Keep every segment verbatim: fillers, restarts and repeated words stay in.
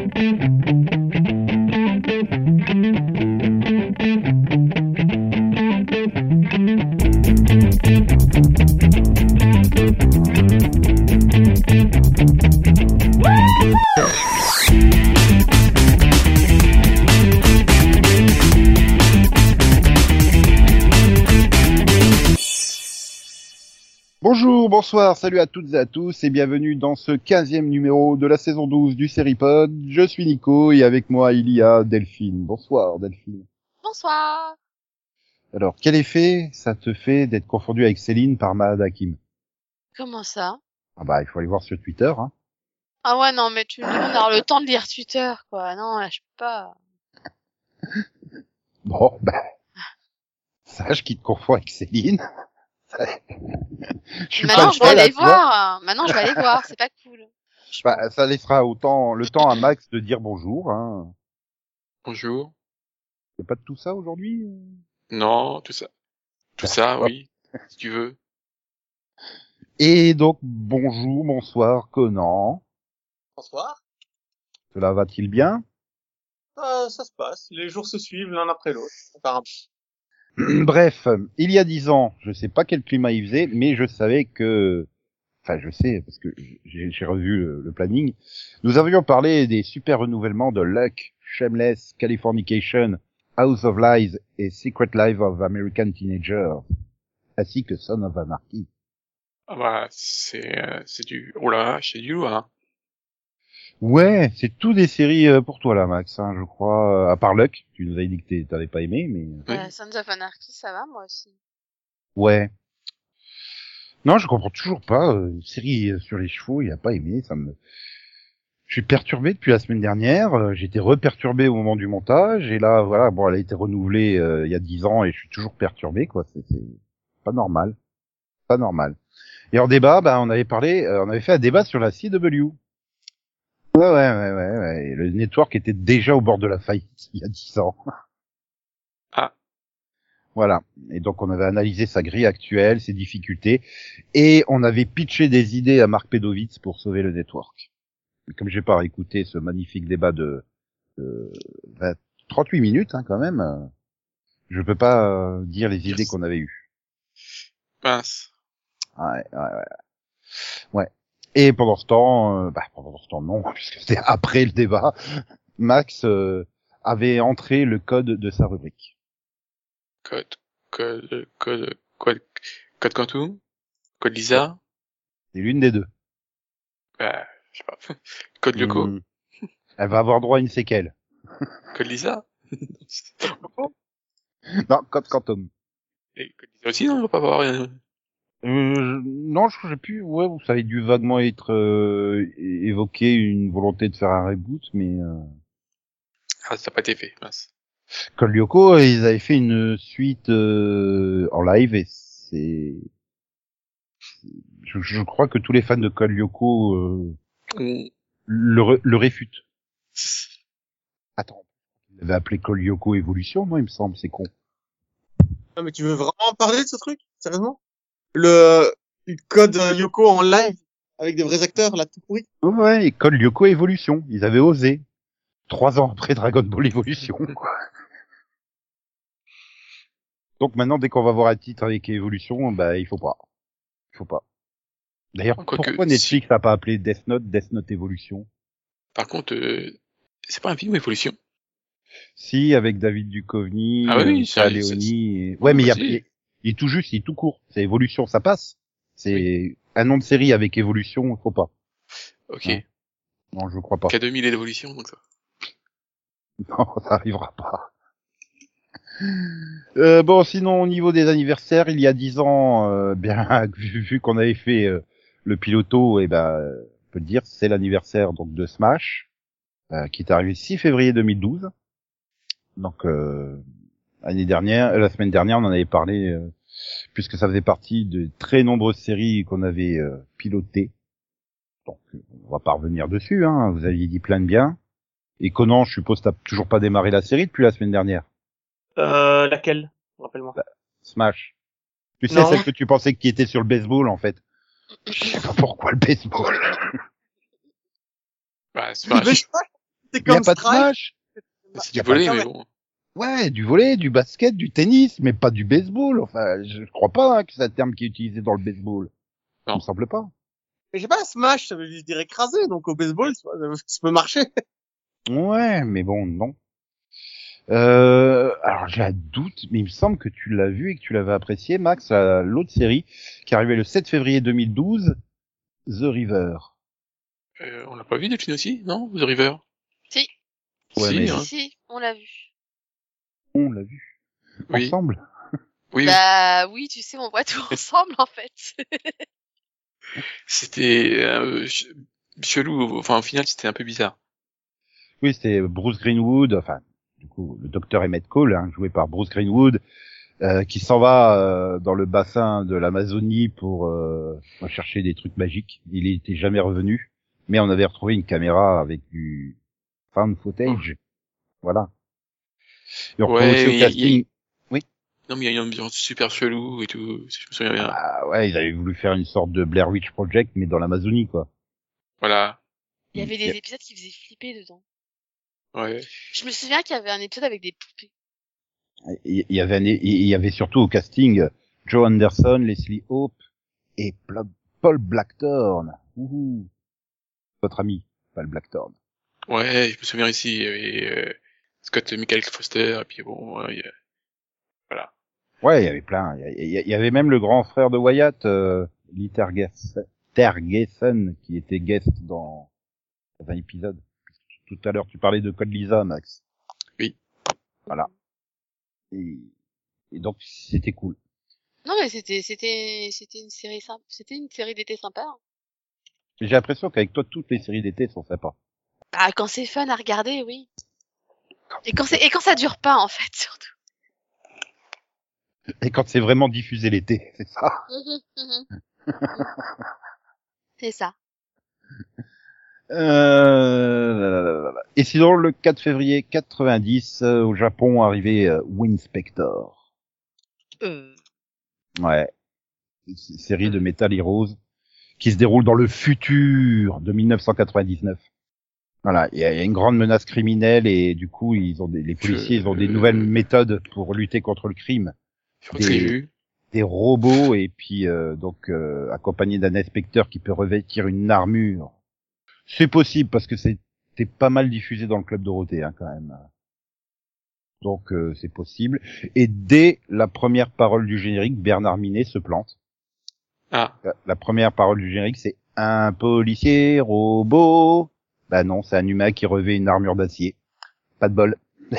Bonjour, bonsoir, salut à toutes et à tous et bienvenue dans ce quinzième numéro de la saison douze du Seripod. Je suis Nico et avec moi il y a Delphine. Bonsoir Delphine. Bonsoir. Alors, quel effet ça te fait d'être confondu avec Céline par Mahad Hakim? Comment ça? Ah bah, il faut aller voir sur Twitter, hein. Ah ouais, non, mais tu me demandes d'avoir le temps de lire Twitter, quoi. Non, là, je peux pas. Bon, bah, sache qu'il te confond avec Céline. je suis Maintenant, pas je vais aller voir. Maintenant, je vais aller voir. C'est pas cool. Bah, ça laissera autant le temps à Max de dire bonjour, hein. Bonjour. Y a pas de tout ça aujourd'hui? Non, tout ça. Tout ça, oui, si tu veux. Et donc, bonjour, bonsoir, Conan. Bonsoir. Cela va-t-il bien? Euh, ça se passe. Les jours se suivent l'un après l'autre. Apparemment. Bref, il y a dix ans, je sais pas quel climat il faisait, mais je savais que, enfin je sais parce que j'ai, j'ai revu le, le planning, nous avions parlé des super renouvellements de Luck, Shameless, Californication, House of Lies et Secret Life of American Teenagers, ainsi que Son of Anarchy. Ah bah, c'est, euh, c'est du, oh là, c'est du lourd, hein. Ouais, c'est tout des séries euh, pour toi là, Max, hein, je crois, euh, à part Luck, tu nous avais dit que t'avais pas aimé, mais... Oui. Euh, Sons of Anarchy, ça va, moi aussi. Ouais. Non, je comprends toujours pas. Euh, une série sur les chevaux, il a pas aimé. Ça me. Je suis perturbé depuis la semaine dernière. Euh, J'étais reperturbé au moment du montage. Et là, voilà, bon, elle a été renouvelée euh, il y a dix ans et je suis toujours perturbé, quoi. C'est, c'est pas normal, pas normal. Et en débat, bah, on avait parlé, euh, on avait fait un débat sur la C W. Ouais, ouais, ouais, ouais, ouais. Et le network était déjà au bord de la faillite il y a dix ans. Ah. Voilà. Et donc, on avait analysé sa grille actuelle, ses difficultés, et on avait pitché des idées à Marc Pedovitz pour sauver le network. Mais comme j'ai pas écouté ce magnifique débat de, de vingt, trente-huit minutes, hein, quand même, euh, je peux pas euh, dire les idées Yes. qu'on avait eues. Mince. Ouais, ouais, ouais. Ouais. Et pendant ce temps, euh, bah, pendant ce temps, non, puisque c'était après le débat, Max euh, avait entré le code de sa rubrique. Code, code, code, code, code Quantum? Code Lisa? C'est l'une des deux. Bah, je sais pas. Code Lyoko? Mmh. Elle va avoir droit à une séquelle. Code Lisa? Non, code Quantum. Et Code Lisa aussi, non, on va pas avoir rien. Euh, non, je sais plus. Ouais, ça avait dû vaguement être euh, é- évoqué une volonté de faire un reboot, mais euh... Ah, ça n'a pas été fait, mince. Code Lyoko, ils avaient fait une suite euh, en live et c'est, je, je crois que tous les fans de Code Lyoko euh, Mm. le, re- le réfutent. Attends, ils avaient appelé Code Lyoko Evolution, non, il me semble, c'est con. Non, mais tu veux vraiment parler de ce truc? Sérieusement? Le, le code euh, Yoko en live avec des vrais acteurs, là, tout pourri? Ouais, et Code Lyoko Evolution, ils avaient osé. Trois ans après Dragon Ball Evolution, quoi. Donc maintenant, dès qu'on va voir un titre avec Evolution, bah il faut pas. Il faut pas. D'ailleurs, Quoique, pourquoi Netflix n'a pas appelé Death Note Death Note Evolution? Par contre, euh, c'est pas un film Evolution. Si, avec David Duchovny, Ah oui, oui, euh, ça- Léoni... ça- Et... Ouais, mais il y a, bah, si. il il est tout juste, il est tout court. C'est Evolution, ça passe. C'est un nom de série avec Evolution, faut pas. Ok. Hein. Non, je crois pas. K deux mille et l'évolution, donc ça. Non, ça arrivera pas. Euh, bon, sinon, au niveau des anniversaires, il y a dix ans, euh, bien, vu, vu qu'on avait fait euh, le piloto, et ben, euh, on peut le dire, c'est l'anniversaire donc de Smash, euh, qui est arrivé le six février deux mille douze. Donc, euh, l'année dernière, euh, la semaine dernière, on en avait parlé, euh, puisque ça faisait partie de très nombreuses séries qu'on avait euh, pilotées. Donc, on va pas revenir dessus, hein. Vous aviez dit plein de bien. Et Conan, je suppose, t'as toujours pas démarré la série depuis la semaine dernière. Euh, laquelle? Rappelle-moi. Bah, Smash. Tu sais, Non. celle que tu pensais qui était sur le baseball, en fait. Je sais pas pourquoi le baseball. Bah, Mais Smash. je- C'est Il y a comme pas de Strife. Smash. C'est y a du pas volley, de- mais bon. Ouais, du volley, du basket, du tennis, mais pas du baseball. Enfin, je crois pas hein, que c'est un terme qui est utilisé dans le baseball. Ça Non. me semble pas. Mais je sais pas, Smash, ça veut juste dire écraser, donc au baseball, ça, ça peut marcher. Ouais, mais bon, non. Euh, alors j'ai un doute, mais il me semble que tu l'as vu et que tu l'avais apprécié, Max, la- l'autre série qui arrivait le sept février deux mille douze, The River. Euh, on l'a pas vu, Delphine aussi, non? The River? Si, Ouais, Si, mais- si, hein. si, on l'a vu. On l'a vu Oui. ensemble. Oui, Bah oui, tu sais, on voit tout ensemble en fait. c'était euh, ch- chelou. Enfin, au final, c'était un peu bizarre. Oui, c'est Bruce Greenwood, enfin, du coup, le docteur Emmett Cole, hein, joué par Bruce Greenwood, euh, qui s'en va euh, dans le bassin de l'Amazonie pour euh, chercher des trucs magiques. Il était jamais revenu, mais on avait retrouvé une caméra avec du found footage. Voilà. Et on retrouve Ouais, aussi au il y a- casting. Non, mais il y a une ambiance super chelou et tout, si je me souviens bien. Ah ouais, ils avaient voulu faire une sorte de Blair Witch Project, mais dans l'Amazonie, quoi. Voilà. Il y avait Il y des a- épisodes qui faisaient flipper dedans. Ouais. Je me souviens qu'il y avait un épisode avec des poupées. Il y avait, un- il y avait surtout au casting Joe Anderson, Leslie Hope et Pla- Paul Blackthorne. Ouhou. Votre ami, Paul Blackthorne. Ouais, je me souviens ici, il y avait euh, Scott Michael Foster, et puis bon, ouais, il y a- voilà. Ouais, il y avait plein. Il y, il y avait même le grand frère de Wyatt, euh, Lee Tergesen, Tergesen, qui était guest dans, dans un épisode. Tout à l'heure, tu parlais de Code Lisa, Max. Oui. Voilà. Et, et donc, c'était cool. Non mais c'était c'était c'était une série sympa, c'était une série d'été sympa. hein. J'ai l'impression qu'avec toi, toutes les séries d'été sont sympas. Ah quand c'est fun à regarder, oui. Et quand c'est et quand ça dure pas en fait surtout. Et quand c'est vraiment diffusé l'été, c'est ça. Mhm, mhm. C'est ça. Euh... Et sinon, le quatre février quatre-vingt-dix, euh, au Japon, arrivait euh, Winspector. Euh, Ouais. Une s- série de Metal Heroes qui se déroule dans le futur de mille neuf cent quatre-vingt-dix-neuf. Voilà, il y, a il y a une grande menace criminelle et du coup, ils ont des, les policiers, Je- ils ont des nouvelles méthodes pour lutter contre le crime. Je crois que j'ai Des- vu. Des robots et puis euh, donc euh, accompagné d'un inspecteur qui peut revêtir une armure. C'est possible parce que c'était pas mal diffusé dans le club Dorothée hein, quand même. Donc euh, c'est possible. Et dès la première parole du générique, Bernard Minet se plante. Ah, La, la première parole du générique, c'est un policier robot. Bah non, c'est un humain qui revêt une armure d'acier. Pas de bol.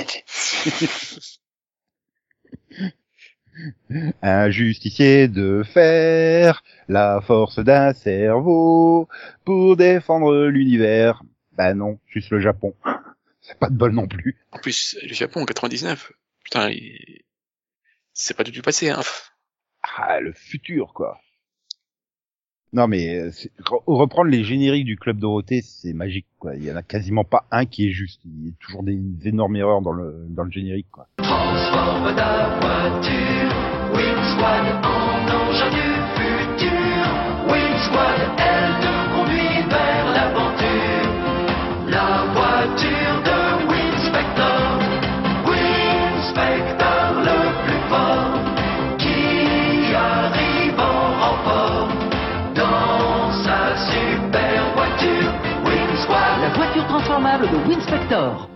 Un justicier de fer, la force d'un cerveau pour défendre l'univers. Bah non, juste le Japon. C'est pas de bol non plus. en plus, le Japon en quatre-vingt-dix-neuf. Putain, il... c'est pas du tout passé, hein. Ah, le futur, quoi. Non, mais euh, c'est- re- reprendre les génériques du Club Dorothée, c'est magique, quoi. Il y en a quasiment pas un qui est juste. Il y a toujours des, des énormes erreurs dans le, dans le générique, quoi. Transforme ta voiture, Winsquad en engin du futur. Winsquad, elle te conduit vers l'aventure. La voiture de Winspector, Winspector le plus fort, qui arrive en renfort dans sa super voiture. Winsquad. La voiture transformable de Winspector.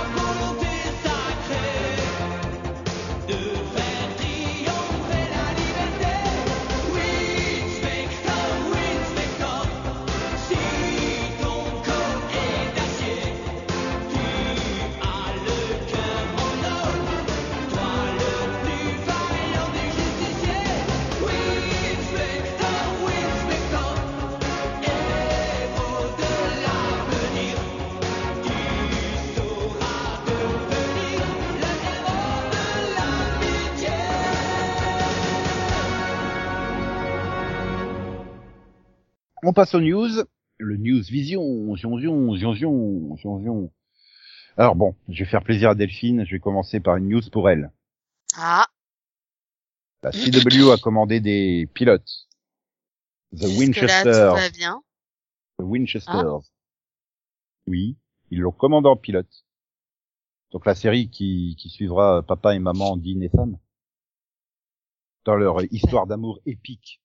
De faire triompher la liberté. On passe aux news. Le news vision, zion, zion, zion, zion, zion, zion. Alors bon, je vais faire plaisir à Delphine. Je vais commencer par une news pour elle. Ah, La C W a commandé des pilotes. The jusque-là, tout Winchester. va bien. The Winchesters. Oui, ils l'ont commandé en pilote. Donc la série qui, qui suivra papa et maman, Dean et Sam. Dans leur histoire d'amour épique.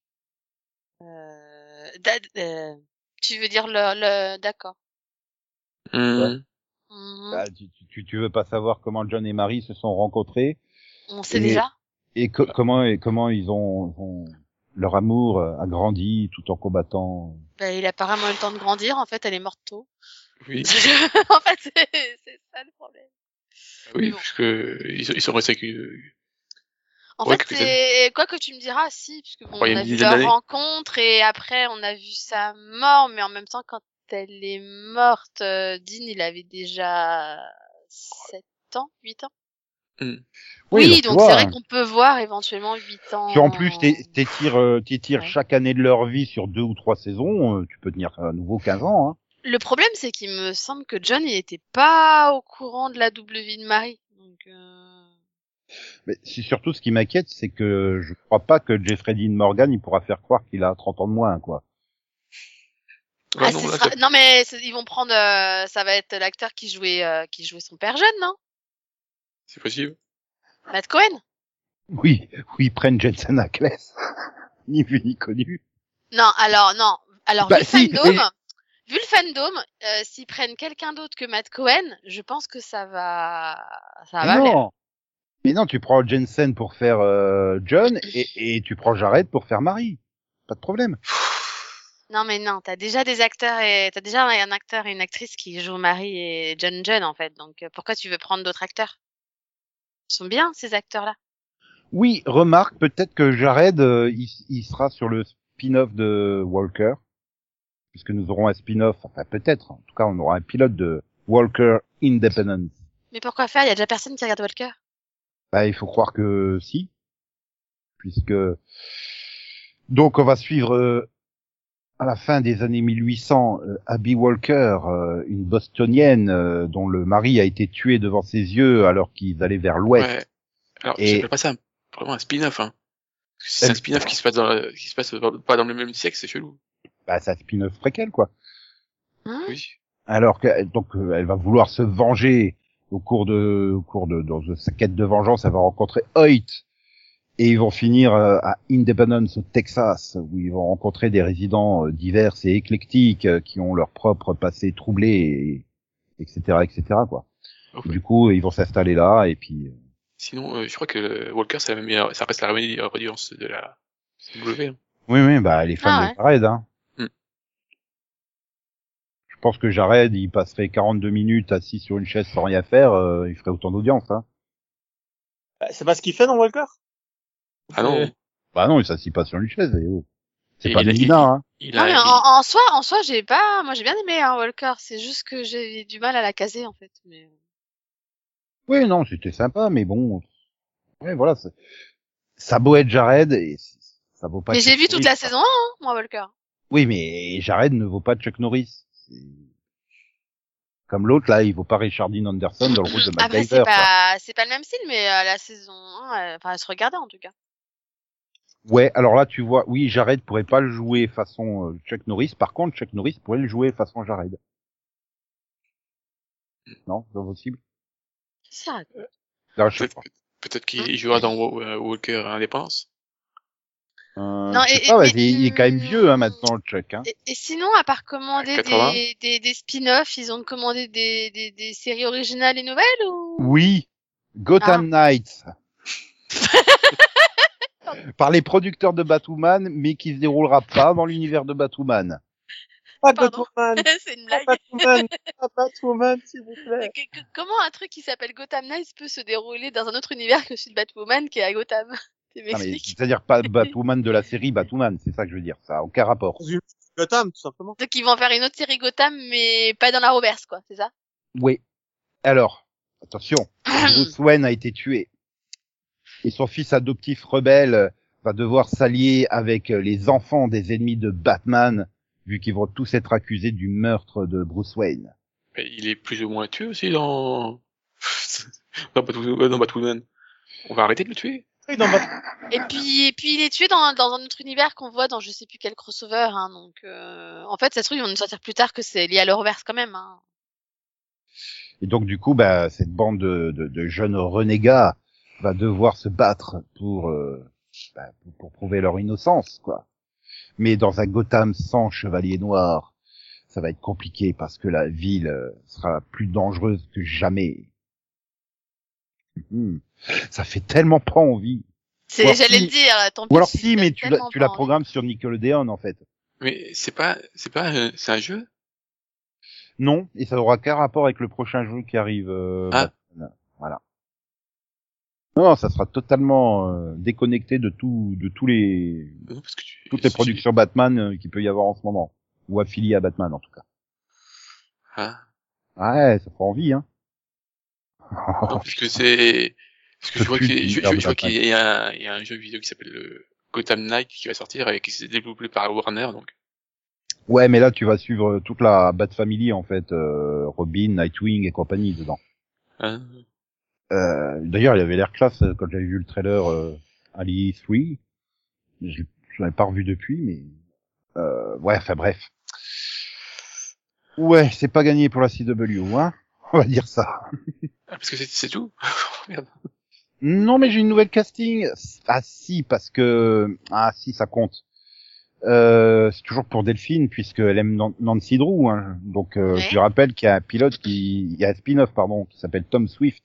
Euh, da- euh, tu veux dire le, le... D'accord. Hum. Mhm. Bah, tu, tu, tu veux pas savoir comment John et Mary se sont rencontrés On sait et- déjà. et co- comment et comment ils ont, ont- leur amour a grandi tout en combattant. Bah, il a apparemment eu le temps de grandir. En fait, elle est morte tôt. Oui, en fait, c'est c'est ça le problème. oui, bon. parce que ils, sont- ils sont restés avec une... En Ouais, fait, quelques c'est quoi que tu me diras, si, puisque bon, Ouais, il y on a a une vu dizaine leur d'années. rencontre et après on a vu sa mort, mais en même temps, quand elle est morte, euh, Dean, il avait déjà sept ans, huit ans. Hum. Oui, donc, tu donc vois, c'est vrai qu'on peut voir éventuellement huit ans. Si en plus t'é- t'étires, euh, t'étires Ouais. chaque année de leur vie sur deux ou trois saisons, euh, tu peux tenir à nouveau quinze ans. Hein. Le problème, c'est qu'il me semble que John, il était pas au courant de la double vie de Marie. Donc, euh... Mais c'est surtout ce qui m'inquiète, c'est que je crois pas que Jeffrey Dean Morgan il pourra faire croire qu'il a trente ans de moins, quoi. Bah ah, non, ce là, sera- ça- non, mais c'est- ils vont prendre, euh, ça va être l'acteur qui jouait, euh, qui jouait son père jeune, non? c'est possible. Matt Cohen? Oui, oui, ils prennent Jensen Ackles. Ni vu ni connu. Non, alors, non. Alors, Bah, vu le si, fandom, mais- vu le fandom, euh, s'ils prennent quelqu'un d'autre que Matt Cohen, je pense que ça va, ça Mais va aller. non. Mais non, tu prends Jensen pour faire euh, John et, et tu prends Jared pour faire Marie. Pas de problème. Non, mais non, t'as déjà des acteurs et, t'as déjà un acteur et une actrice qui jouent Marie et John John, en fait. Donc, euh, pourquoi tu veux prendre d'autres acteurs? Ils sont bien, ces acteurs-là. Oui, remarque, peut-être que Jared, euh, il, il sera sur le spin-off de Walker. Puisque nous aurons un spin-off, enfin peut-être, en tout cas on aura un pilote de Walker Independence. Mais pourquoi faire? Il y a déjà personne qui regarde Walker. Bah, il faut croire que si, puisque donc on va suivre euh, à la fin des années mille huit cents euh, Abby Walker, euh, une bostonienne euh, dont le mari a été tué devant ses yeux alors qu'ils allaient vers l'ouest. Ouais. Alors, Et- j'appelle pas ça un- vraiment un spin-off, hein. Parce que si c'est Elle- un spin-off qui se passe dans, la- qui se passe dans- pas dans le même siècle, c'est chelou. Bah, c'est un spin-off préquel quoi. Hein? Oui. Alors que donc euh, elle va vouloir se venger au cours de au cours de dans sa quête de vengeance, elle va rencontrer Hoyt et ils vont finir euh, à Independence au Texas où ils vont rencontrer des résidents euh, divers et éclectiques euh, qui ont leur propre passé troublé et etc etc quoi. Ok. Et du coup ils vont s'installer là et puis euh, Sinon, euh, je crois que le Walker, c'est la même meilleure, ça reste la meilleure audience de la C W. Hein. oui oui bah les fans Ah de ouais. Jared hein. Hmm. Je pense que Jared il passerait quarante-deux minutes assis sur une chaise sans rien faire, euh, il ferait autant d'audience hein. Bah, c'est pas ce qu'il fait dans Walker? Ah non, Euh, Bah non, il s'assit pas sur une chaise, eh oh. C'est Et pas il a- Nina, hein. il Non, a, mais il- en, en soi, en soi, j'ai pas, moi j'ai bien aimé, hein, Walker. C'est juste que j'ai du mal à la caser, en fait. Mais... Oui, non, c'était sympa, mais bon. Ouais, voilà. c'est- Ça a beau être Jared, et c- ça vaut pas. Mais Chuck j'ai vu toute Norris, la quoi. saison un, hein, moi, Walker. Oui, mais Jared ne vaut pas Chuck Norris. C'est- Comme l'autre, là, il vaut pas Richard Dean Anderson dans le rôle de Après, MacGyver, c'est quoi. pas, c'est pas le même style, mais euh, la saison un, elle- enfin, elle se regardait, en tout cas. Ouais, alors là, tu vois, oui, Jared pourrait pas le jouer façon euh, Chuck Norris. Par contre, Chuck Norris pourrait le jouer façon Jared. Non, c'est pas possible. C'est ça. Non, je sais peut-être, pas. peut-être qu'il jouera dans Wa- euh, Walker Indépendance. Euh, Non, je sais et- pas, et- vas-y, il est quand même vieux, hein, maintenant, le Chuck, hein. Et, et sinon, à part commander quatre-vingts des, des, des spin-offs, ils ont commandé des, des, des séries originales et nouvelles ou? Oui, Gotham Knights. Par les producteurs de Batwoman, mais qui se déroulera pas dans l'univers de Batwoman. Pas Pardon. Batwoman, C'est une pas blague. Batwoman, pas Batwoman, s'il vous plaît. Que- que- Comment un truc qui s'appelle Gotham Knights peut se dérouler dans un autre univers que celui de Batwoman qui est à Gotham? Tu Non, mais m'expliques? c'est-à-dire pas Batwoman de la série Batwoman, c'est ça que je veux dire, ça a aucun rapport. Dans une Gotham, tout simplement. Donc ils vont faire une autre série Gotham, mais pas dans la Roberts, quoi, c'est ça? Oui. Alors, attention, Bruce Wayne a été tué. Et son fils adoptif rebelle va devoir s'allier avec les enfants des ennemis de Batman vu qu'ils vont tous être accusés du meurtre de Bruce Wayne. Mais il est plus ou moins tué aussi dans... dans Batwoman. Dans Batwoman. On va arrêter de le tuer. Oui, dans Bat- Et puis, et puis il est tué dans, dans un autre univers qu'on voit dans je sais plus quel crossover. Hein, donc, euh, en fait, ça se trouve, ils vont nous sortir plus tard que c'est lié à l'Horrorverse quand même. Hein. Et donc du coup, bah, cette bande de, de, de jeunes renégats va devoir se battre pour, euh, bah, pour, pour prouver leur innocence, quoi. Mais dans un Gotham sans Chevalier Noir, ça va être compliqué parce que la ville euh, sera plus dangereuse que jamais. Hum. Ça fait tellement pas envie. C'est, Ou alors j'allais si- le dire. Tant Ou alors pis, si, ça mais fait tu la, tellement tu la pas envie. programmes sur Nickelodeon en fait. Mais c'est pas, c'est pas, un- c'est un jeu? Non, et ça aura qu'un rapport avec le prochain jeu qui arrive. Euh, Ah. Batman. Voilà. Non, ça sera totalement euh, déconnecté de tout, de tous les, Non, parce que tu... toutes les si- productions Batman euh, qu'il peut y avoir en ce moment, ou affiliées à Batman en tout cas. Ah. Ouais, ça fait envie, hein. Non, parce que c'est, parce que Je je vois peux qu'il plus je, dire je- de je vois Batman. qu'il y a, un- il y a un jeu vidéo qui s'appelle le Gotham Knight qui va sortir et qui s'est développé par Warner, donc. Ouais, mais là tu vas suivre toute la Bat Family en fait, euh, Robin, Nightwing et compagnie dedans. Hein. Euh, D'ailleurs, il avait l'air classe euh, quand j'avais vu le trailer euh, Ali trois. Je je l'avais pas revu depuis, mais euh, ouais, enfin bref. Ouais, c'est pas gagné pour la C W, hein. On va dire ça. Ah, parce que c'est, c'est tout? Merde. Non, mais j'ai une nouvelle casting. Ah si, parce que ah si, ça compte. Euh, c'est toujours pour Delphine puisqu'elle aime Nan- Nancy Drew. Hein. Donc euh, Ouais. je lui rappelle qu'il y a un pilote qui, il y a un spin-off pardon, qui s'appelle Tom Swift.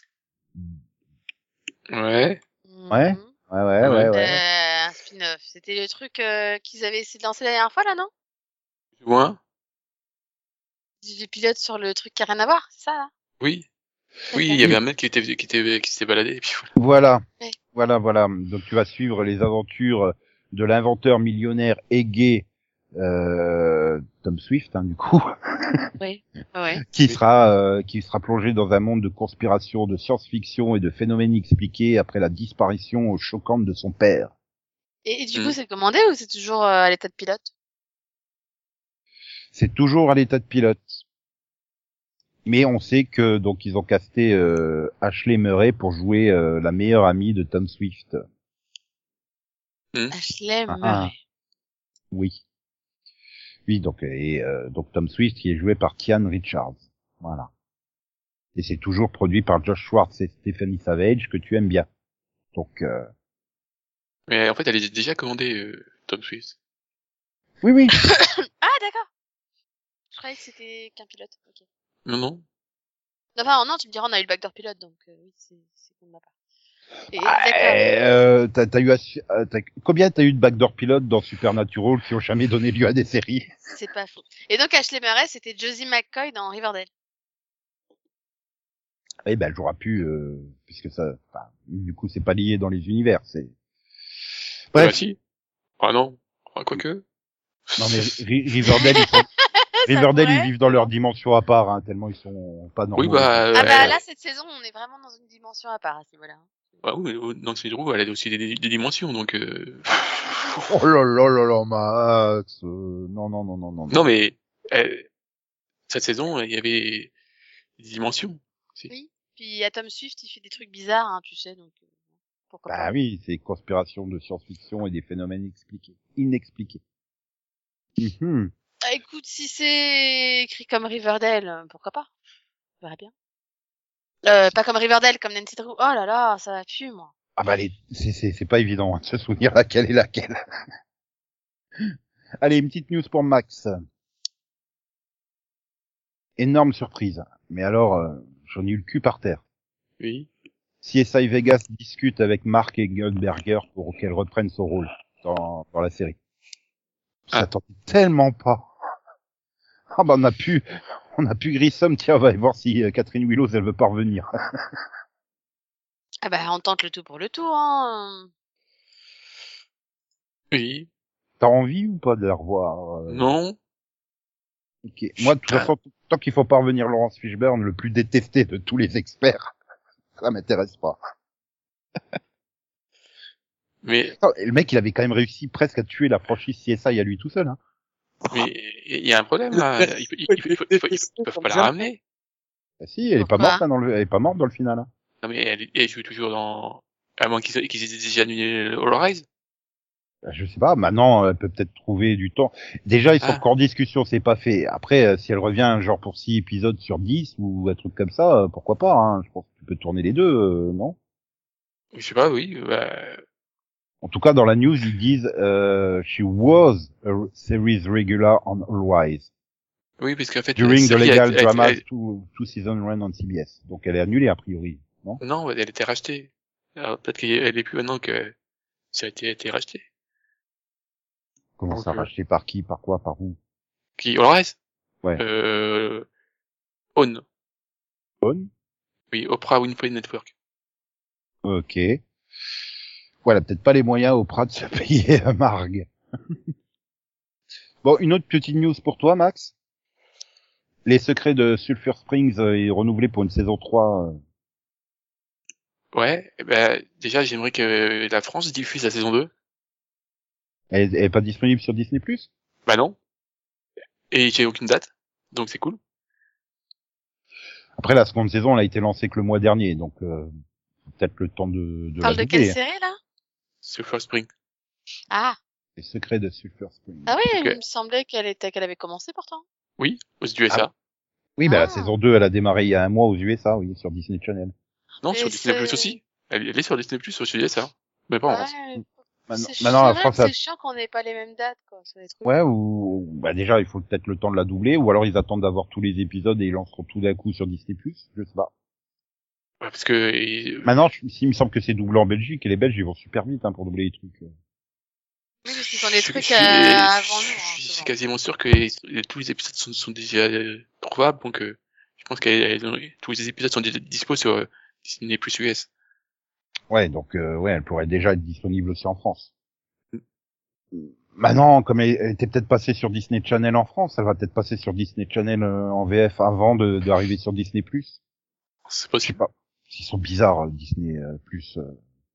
Ouais. Ouais. Mhm. Ouais, ouais, ouais, ouais. Euh, un spin-off. C'était le truc euh, qu'ils avaient essayé de lancer la dernière fois, là, non? Loin? Du pilote sur le truc qui a rien à voir, c'est ça, là? Oui. Oui, D'accord. il y avait un mec qui était, qui était, qui s'était baladé, et puis voilà. Voilà, Ouais. voilà, voilà. Donc tu vas suivre les aventures de l'inventeur millionnaire et gay euh, Tom Swift, hein, du coup, Oui. Ouais. qui Oui. sera euh, qui sera plongé dans un monde de conspiration, de science-fiction et de phénomènes expliqués après la disparition choquante de son père. Et, et du Mm. coup, c'est commandé ou c'est toujours euh, à l'état de pilote? C'est toujours à l'état de pilote. Mais on sait que donc ils ont casté euh, Ashley Murray pour jouer euh, la meilleure amie de Tom Swift. Ashley Ah, Murray. Oui. Oui, donc et euh, donc Tom Swift qui est joué par Kian Richards. Voilà. Et c'est toujours produit par Josh Schwartz et Stephanie Savage que tu aimes bien. Donc euh... Mais en fait, elle est déjà commandée, euh, Tom Swift. oui oui. Ah, d'accord. Je croyais que c'était qu'un pilote. Ok. Non, non. Enfin, non, tu me diras, on a eu le backdoor pilote, donc euh, oui, c'est c'est qu'on n'a pas. Et, Ouais, d'accord. euh, t'as, t'as eu assu- euh, t'as- combien t'as eu de backdoor pilotes dans Supernatural qui ont jamais donné lieu à des séries? C'est pas faux. Et donc, Ashley Murray, c'était Josie McCoy dans Riverdale. Eh ben elle jouera plus euh, puisque ça, enfin, du coup c'est pas lié dans les univers. C'est Ah, bref. bah, si. Ah non. Ah, quoique. Non mais Ri- Riverdale, ils sont... Riverdale, pourrait. ils vivent dans leur dimension à part, hein, tellement ils sont pas normaux. Oui, bah, Ah bah euh, là, cette saison, on est vraiment dans une dimension à part à ce niveau-là. bah oui, mais dans ces roues, elle a aussi des, des dimensions, donc, euh... Oh là là là là, Max. euh, non non non non non. Non, mais, euh, cette saison, il y avait des dimensions. Si. Oui. Puis il y a Tom Swift, il fait des trucs bizarres, hein, tu sais, donc euh, pourquoi Bah pas. oui, c'est conspiration de science-fiction et des phénomènes expliqués, inexpliqués. Mhm. Ah, écoute, si c'est écrit comme Riverdale, euh, pourquoi pas? On verra bien. Euh, pas comme Riverdale, comme Nancy Drew. Oh là là, ça va plus, moi. Ah bah les... c'est c'est c'est pas évident hein, de se souvenir laquelle est laquelle. Allez, une petite news pour Max. Énorme surprise. Mais alors, euh, j'en ai eu le cul par terre. Oui. C S I Vegas discute avec Mark Eggenberger pour qu'elle reprenne son rôle dans, dans la série. Ah. J'attendais tellement pas. Ah bah on a pu, on a pu Grissom, tiens, on va aller voir si euh, Catherine Willows elle veut pas revenir. Ah bah, on tente le tout pour le tout, hein. Oui. T'as envie ou pas de la revoir euh, Non. Ok. Moi, de toute Ah. façon, tant qu'il faut pas revenir Laurence Fishburne, le plus détesté de tous les experts, ça m'intéresse pas. Mais, Attends, et le mec, il avait quand même réussi presque à tuer la franchise C S I à lui tout seul. Hein. Mais il y a un problème là. Ils, ils, ils, ils, ils, ils, ils- ils peuvent pas la ramener. Bah si, elle est pas Pourquoi morte, là, dans le, elle est pas morte dans le final, hein. Non mais elle, elle joue toujours dans. À moins qu'ils qu'ils aient déjà annulé le All Rise. Bah, je sais pas, maintenant, elle peut peut-être trouver du temps. Déjà, ils sont Ah. encore en discussion, c'est pas fait. Après, euh, si elle revient, genre, pour six épisodes sur dix, ou un truc comme ça, euh, pourquoi pas, hein. Je pense que tu peux tourner les deux, euh, non? Je sais pas, oui. Bah, En tout cas, dans la news, ils disent, euh, she was a series regular on All Rise. oui, parce qu'en fait, During the la série a- legal a- a- drama a- two, two season run on C B S. Donc, elle est annulée, a priori, non? non, elle était rachetée. Alors, peut-être qu'elle est plus maintenant que ça a été, été racheté. Comment Donc, ça, euh, racheté par qui, par quoi, par où? Qui, All Rise? Ouais. Euh, Own. Bonne? Oui, Oprah Winfrey Network. Ok. Voilà, peut-être pas les moyens Oprah de se payer un Marg. Bon, une autre petite news pour toi, Max. Les secrets de Sulphur Springs euh, est renouvelé pour une saison trois. euh. Ouais, eh ben, déjà, j'aimerais que la France diffuse la saison deux. Elle, elle est pas disponible sur Disney plus? Bah non. Et j'ai aucune date. Donc c'est cool. Après, la seconde saison, elle a été lancée que le mois dernier, donc euh, peut-être le temps de, de la Parle de doubler. quelle série là? Sulphur Spring. Ah, Les secrets de Sulphur Springs. ah oui, Ok. il me semblait qu'elle était, qu'elle avait commencé pourtant. Oui, aux U S A. Oui, bah la Ah. saison deux, elle a démarré il y a un mois aux U S A, oui, sur Disney Channel. Non, Mais sur Disney Plus c'est- aussi. Elle, elle est sur Disney Plus aux U S A. Mais pas en France. Ouais. Maintenant, C'est maintenant, la c'est vrai France que a... c'est chiant qu'on n'ait pas les mêmes dates quoi. Sur les trucs. Ouais, ou bah déjà, il faut peut-être le temps de la doubler, ou alors ils attendent d'avoir tous les épisodes et ils lanceront tout d'un coup sur Disney plus, je sais pas. Ouais, parce que, et- Maintenant, je- il me semble que c'est doublé en Belgique, et les Belges, ils vont super vite hein, pour doubler les trucs. Oui, parce qu'ils ont des je, trucs je- euh, je- avant nous. je hein, suis souvent. quasiment sûr que les- tous les épisodes sont, sont déjà euh, trouvables, donc euh, je pense que tous les épisodes sont déjà dispo sur euh, Disney Plus U S. Ouais, donc euh, ouais, elle pourrait déjà être disponible aussi en France. Maintenant, comme elle, elle était peut-être passée sur Disney Channel en France, elle va peut-être passer sur Disney Channel euh, en V F avant de d'arriver sur Disney plus. C'est Je sais possible. pas. Ils sont bizarres, euh, Disney euh, plus. Euh...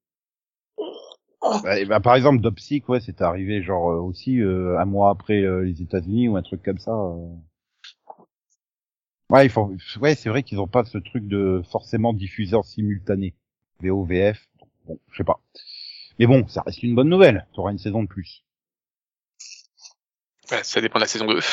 Ouais, bah, par exemple, Dopsic, ouais, c'était arrivé genre euh, aussi euh, un mois après euh, les États-Unis ou un truc comme ça. euh. Ouais, il faut... ouais, c'est vrai qu'ils ont pas ce truc de forcément diffuser en simultané. V O, V F, bon, je sais pas. Mais bon, ça reste une bonne nouvelle. T'auras une saison de plus. Ouais, ça dépend de la saison deux.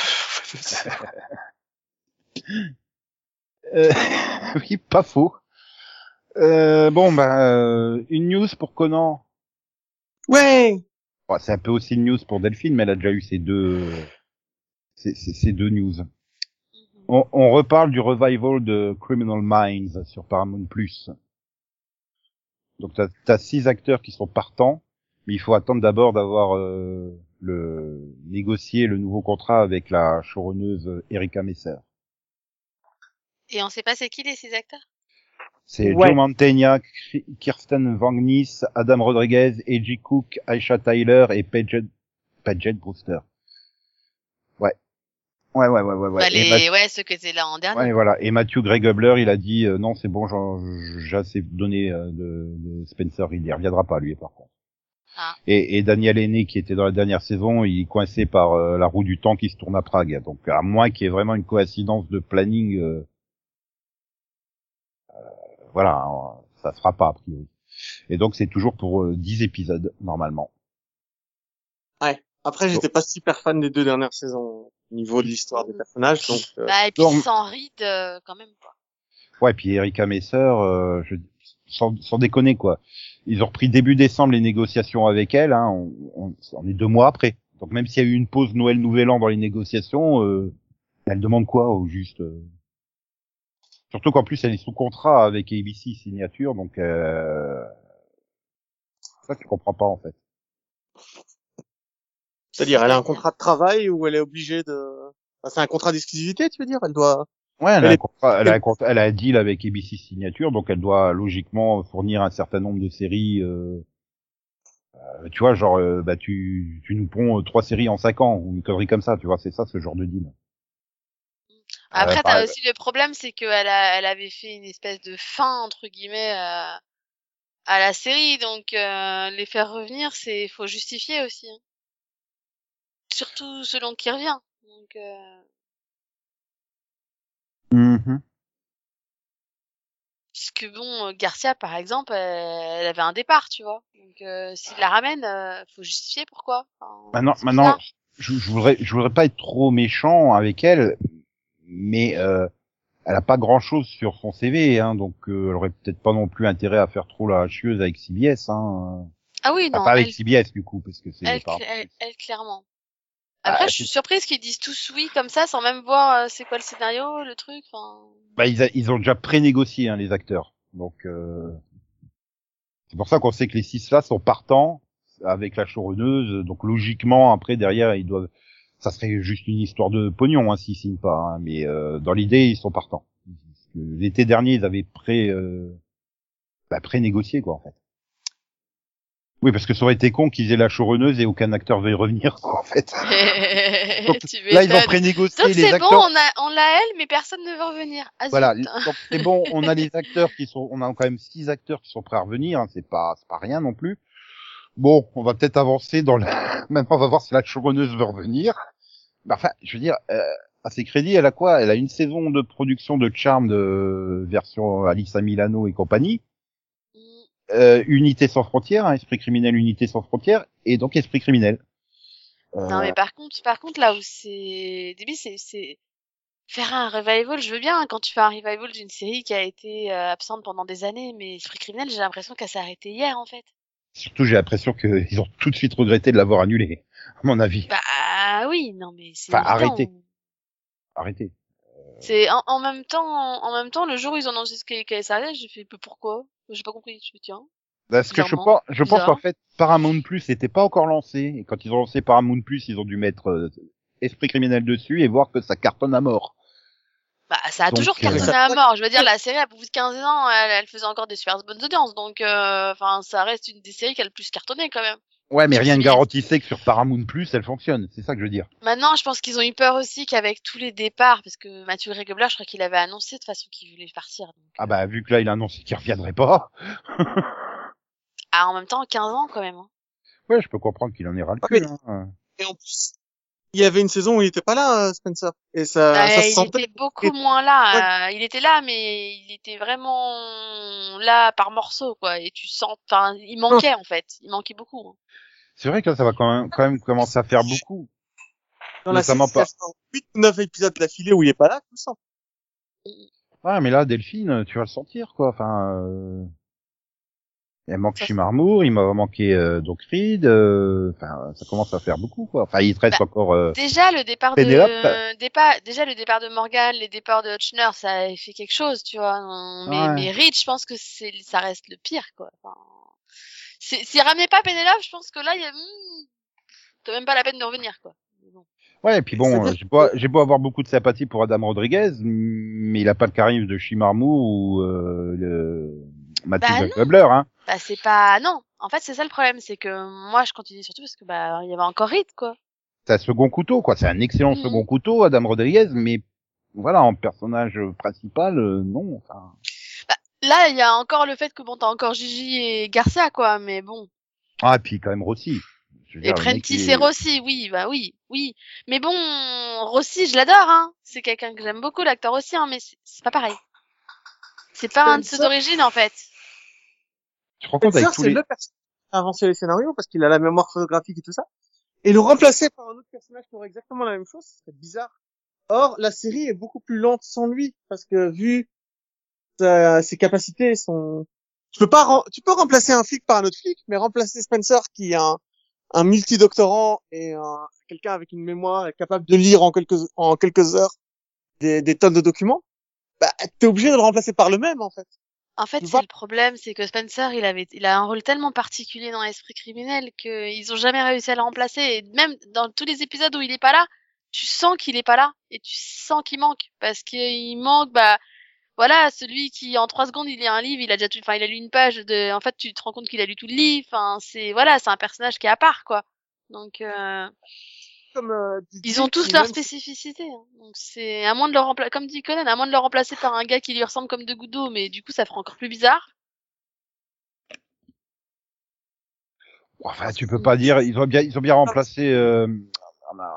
Euh... oui, pas faux. Euh, bon, bah, euh, une news pour Conan. Ouais. Bon, c'est un peu aussi une news pour Delphine, mais elle a déjà eu ses deux, ses, ses, ses deux news. Mhm. On, on reparle du revival de Criminal Minds sur Paramount plus. Donc t'as, t'as six acteurs qui sont partants, mais il faut attendre d'abord d'avoir euh, le négocié le nouveau contrat avec la showrunneuse Erika Messer. Et on sait pas c'est qui les six acteurs? C'est Ouais. Joe Mantegna, Ki- Kirsten Van Nys, Adam Rodriguez, A J Cook, Aisha Tyler et Paget, Paget Brewster. Ouais. Ouais, ouais, ouais, ouais, ouais. Bah, Et les, Math- ouais, ceux qui étaient là en dernier. ouais, voilà. Et Matthew Greg Hubler, il a dit, euh, non, c'est bon, j'en- j'ai assez donné euh, de, de Spencer, il y reviendra pas, lui, par contre. Ah. Et, et Daniel Aîné, qui était dans la dernière saison, il est coincé par euh, la roue du temps qui se tourne à Prague. Donc, à moins qu'il y ait vraiment une coïncidence de planning, euh, euh, voilà, hein, ça se fera pas, a priori. Et donc, c'est toujours pour euh, dix épisodes, normalement. Ouais. Après, j'étais pas super fan des deux dernières saisons au niveau de l'histoire des personnages, donc euh, Bah, et puis Donc- sans ride, euh, quand même, quoi. Ouais, puis Erika Messer, euh, je, sans, sans déconner, quoi. Ils ont repris début décembre les négociations avec elle, hein, on, on, on est deux mois après. Donc, même s'il y a eu une pause Noël-Nouvel An dans les négociations, euh, elle demande quoi, au juste euh... Surtout qu'en plus, elle est sous contrat avec A B C Signature, donc euh... ça, tu comprends pas, en fait. c'est-à-dire, elle a un contrat de travail où elle est obligée de. Enfin, c'est un contrat d'exclusivité, tu veux dire. Elle doit. Ouais, elle, Elle a un est- contrat, elle, a un contrat- elle a un deal avec A B C Signature, donc elle doit logiquement fournir un certain nombre de séries. Euh, euh, tu vois, genre, euh, bah tu, tu nous ponds euh, trois séries en cinq ans ou une connerie comme ça, tu vois, c'est ça ce genre de deal. Après, Euh, t'as par- aussi le problème, c'est qu'elle a, elle avait fait une espèce de fin, entre guillemets, euh, à la série, donc euh, les faire revenir, c'est faut justifier aussi. Hein. surtout selon qui revient. Donc, euh... Mhm. puisque bon, euh, Garcia par exemple, elle, elle avait un départ, tu vois. Donc, euh, s'il la ramène, euh, faut justifier pourquoi. Enfin, Maintenant, c'est maintenant, bizarre. je, je voudrais, je voudrais pas être trop méchant avec elle, mais euh, elle a pas grand chose sur son C V, hein, donc euh, elle aurait peut-être pas non plus intérêt à faire trop la chieuse avec C B S, hein. Ah oui, Enfin, non, pas avec elle, C B S du coup, parce que c'est elle, pas. cl- elle, elle, clairement. Bah, Après, je suis c'est- surprise qu'ils disent tous oui comme ça, sans même voir euh, c'est quoi le scénario, le truc. Enfin, bah, ils, a- ils ont déjà pré-négocié, hein, les acteurs, donc euh, c'est pour ça qu'on sait que les six là sont partants avec la showrunneuse, donc logiquement après derrière ils doivent, ça serait juste une histoire de pognon, hein, s'ils signent pas, hein, mais euh, dans l'idée ils sont partants. Parce que l'été dernier ils avaient pré, euh, bah, pré-négocié quoi en fait. Oui, parce que ça aurait été con qu'ils aient la showrunneuse et aucun acteur veuille revenir, quoi, en fait. Donc, tu là, ils ont m'étonnes. pré-négocié Donc les c'est bon, acteurs. on a, on l'a elle, mais personne ne veut revenir. Ah Voilà. zut. Donc, c'est bon, on a les acteurs qui sont, on a quand même six acteurs qui sont prêts à revenir, hein, c'est pas, c'est pas rien non plus. Bon, on va peut-être avancer dans la, maintenant, on va voir si la showrunneuse veut revenir. Bah, enfin, je veux dire, euh, à ses crédits, elle a quoi? Elle a une saison de production de Charmed de version Alyssa Milano et compagnie. Mm. Euh, Unité sans frontières, hein, Esprit criminel, Unité sans frontières, et donc Esprit criminel. Non Euh, mais par contre, par contre là où c'est débile, c'est c'est faire un revival. Je veux bien hein, quand tu fais un revival d'une série qui a été euh, absente pendant des années, mais Esprit criminel, j'ai l'impression qu'elle s'est arrêtée hier en fait. Surtout, j'ai l'impression qu'ils ont tout de suite regretté de l'avoir annulé, à mon avis. Bah oui, non mais c'est Enfin, évident. arrêtez, arrêtez. C'est en, en même temps, en même temps, le jour où ils ont annoncé ce qu'elle qu'elle s'arrêtait, j'ai fait mais pourquoi? J'ai pas compris. Je fais tiens, Parce que je bizarrement, pense, je pense qu'en bizarre. fait, Paramount Plus n'était pas encore lancé. Et quand ils ont lancé Paramount Plus, ils ont dû mettre euh, Esprit criminel dessus et voir que ça cartonne à mort. Bah, ça a Donc, toujours euh, cartonné à mort. Je veux dire, la série, à bout de quinze ans, elle, elle faisait encore des super bonnes audiences. Donc, euh, enfin, ça reste une des séries qui a le plus cartonné, quand même. ouais, mais Sur rien ne C B S. garantissait que sur Paramount Plus, elle fonctionne. C'est ça que je veux dire. Maintenant, je pense qu'ils ont eu peur aussi qu'avec tous les départs, parce que Mathieu Regobler, je crois qu'il avait annoncé de toute façon qu'il voulait partir. Donc, Ah euh, bah, vu que là, il a annoncé qu'il reviendrait pas. ah, en même temps, quinze ans, quand même. Hein. Ouais, je peux comprendre qu'il en ait ras le Ah, cul. mais- Hein. Et en plus, il y avait une saison où il était pas là, euh, Spencer. Et ça, Bah, ça se il sentait. était beaucoup moins là. euh, il était là, mais il était vraiment là par morceaux, quoi. Et tu sens, enfin, il manquait, en fait. Il manquait beaucoup. Hein. C'est vrai que là, ça va quand même, quand même commencer à faire beaucoup. Dans la série, Notamment pas. ça sort huit ou neuf épisodes d'affilée où il est pas là, tout ça. Ouais, mais là, Delphine, tu vas le sentir, quoi. Enfin, euh... il manque Ça- Chimarmour, il m'a manqué euh, donc Reed. euh, Enfin, ça commence à faire beaucoup, quoi. Enfin, il te reste Bah, encore. Euh... Déjà le départ Pénélope. de départ déjà le départ de Morgan, les départs de Hutchner, ça a fait quelque chose, tu vois. On- Mais Ouais. mais Reed, je pense que c'est ça reste le pire quoi. Enfin, c'est s'il ramenait pas Pénélope, je pense que là il y a hmm, c'est même pas la peine de revenir quoi. Mais bon. Ouais, et puis bon, C'est-à-dire euh, j'ai beau, j'ai beau avoir beaucoup de sympathie pour Adam Rodriguez, mais il a pas le charisme de Chimarmour ou euh, le Matthew Bah non. Gabler, hein. Bah c'est pas non. En fait, c'est ça le problème, c'est que moi je continue surtout parce que bah il y avait encore Reed quoi. C'est un second couteau, quoi. C'est un excellent Mhm. second couteau, Adam Rodriguez, mais voilà, en personnage principal, euh, non. Enfin, Bah, là, il y a encore le fait que bon, t'as encore Gigi et Garcia quoi, mais bon. ah, et puis quand même Rossi. Je veux Et dire, le mec, Prentice il et est- Rossi, oui, bah oui, oui. Mais bon, Rossi, je l'adore, hein. C'est quelqu'un que j'aime beaucoup, l'acteur aussi, hein, mais c'est c'est pas pareil. C'est pas un de ceux Spencer, d'origine, en fait. Tu te rends compte avec Spencer, tous c'est les. le personnage qui a inventé les scénarios parce qu'il a la mémoire photographique et tout ça. Et le remplacer par un autre personnage qui aurait exactement la même chose, ce serait bizarre. Or, la série est beaucoup plus lente sans lui parce que vu sa- ses capacités, son, tu peux pas, rem- tu peux remplacer un flic par un autre flic, mais remplacer Spencer qui est un, un multidoctorant et un, quelqu'un avec une mémoire et capable de lire en quelques, en quelques heures des, des tonnes de documents, bah, t'es obligé de le remplacer par le même, en fait. En fait, Tu c'est vois le problème, c'est que Spencer, il avait, il a un rôle tellement particulier dans l'esprit criminel qu'ils ont jamais réussi à le remplacer. Et même dans tous les épisodes où il est pas là, tu sens qu'il est pas là et tu sens qu'il manque parce qu'il manque, bah, voilà, celui qui en trois secondes il lit un livre, il a déjà tout, enfin il a lu une page de, en fait tu te rends compte qu'il a lu tout le livre. Enfin c'est voilà, c'est un personnage qui est à part quoi. Donc euh, Comme, euh, Didier, ils ont tous qui leurs même- spécificités. Hein. Donc c'est à moins de le remplacer, comme dit Conan, à moins de le remplacer par un gars qui lui ressemble comme deux gouttes d'eau, mais du coup ça fera encore plus bizarre. Enfin, tu peux pas dire. Ils ont bien, ils ont bien remplacé. Euh...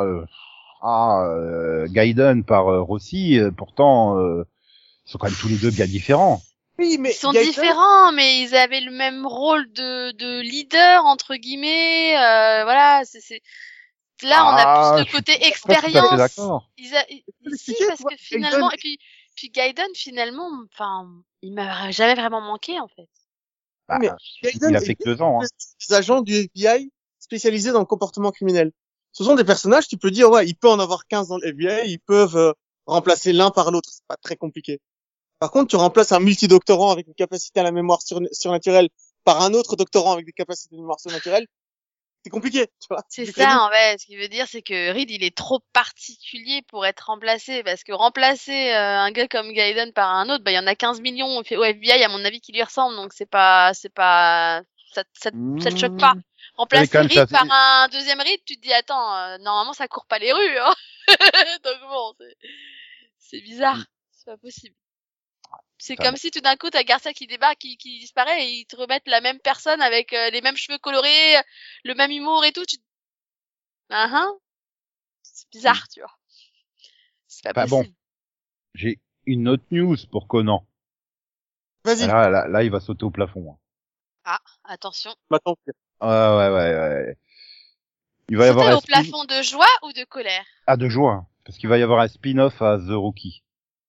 bah, euh, ah, euh, Gaiden par euh, Rossi, euh, pourtant, euh, ils sont quand même tous les deux bien différents. Oui, mais Ils sont Gaëtan- différents, mais ils avaient le même rôle de, de leader, entre guillemets, euh, voilà, c'est, c'est, là, on a Ah, plus je le suis côté pas tout à fait expérience. d'accord. Ils a, ils- peux si, l'expliquer, parce tu vois, que finalement, Gaiden- et puis, puis Gaiden, finalement, enfin, il m'a jamais vraiment manqué, en fait. Bah, mais Gaiden il a et fait que Gaiden deux ans. Hein. sont des agents du F B I spécialisés dans le comportement criminel. Ce sont des personnages, tu peux dire, ouais, il peut en avoir quinze dans le F B I, ils peuvent euh, remplacer l'un par l'autre, c'est pas très compliqué. Par contre, tu remplaces un multidoctorant avec une capacité à la mémoire sur- surnaturelle par un autre doctorant avec des capacités de mémoire surnaturelle, c'est compliqué, tu vois. C'est Donc, ça, en fait. Ce qui veut dire, c'est que Reed, il est trop particulier pour être remplacé. Parce que remplacer euh, un gars comme Gaiden par un autre, bah, il y en a quinze millions au F B I, à mon avis, qui lui ressemblent. Donc, c'est pas, c'est pas, ça, ça, ça te choque pas. Mmh. Remplacer quand même, Reed ça- par un deuxième Reed, tu te dis, attends, euh, normalement, ça court pas les rues, hein. Donc bon, c'est, c'est bizarre. C'est pas possible. C'est Ça comme va. si tout d'un coup, t'as Garcia qui débarque, qui, qui disparaît, et ils te remettent la même personne avec euh, les mêmes cheveux colorés, le même humour et tout. Tu... Ah, hein. C'est bizarre, tu vois. C'est pas Bah bon, possible. j'ai une autre news pour Conan. Vas-y, Là, là, là, il va sauter au plafond. Ah, attention. maintenant. Hein. Ouais, ouais, ouais, ouais. Il va y avoir Sauter un au spin... plafond de joie ou de colère? Ah, de juin. Parce qu'il va y avoir un spin-off à The Rookie.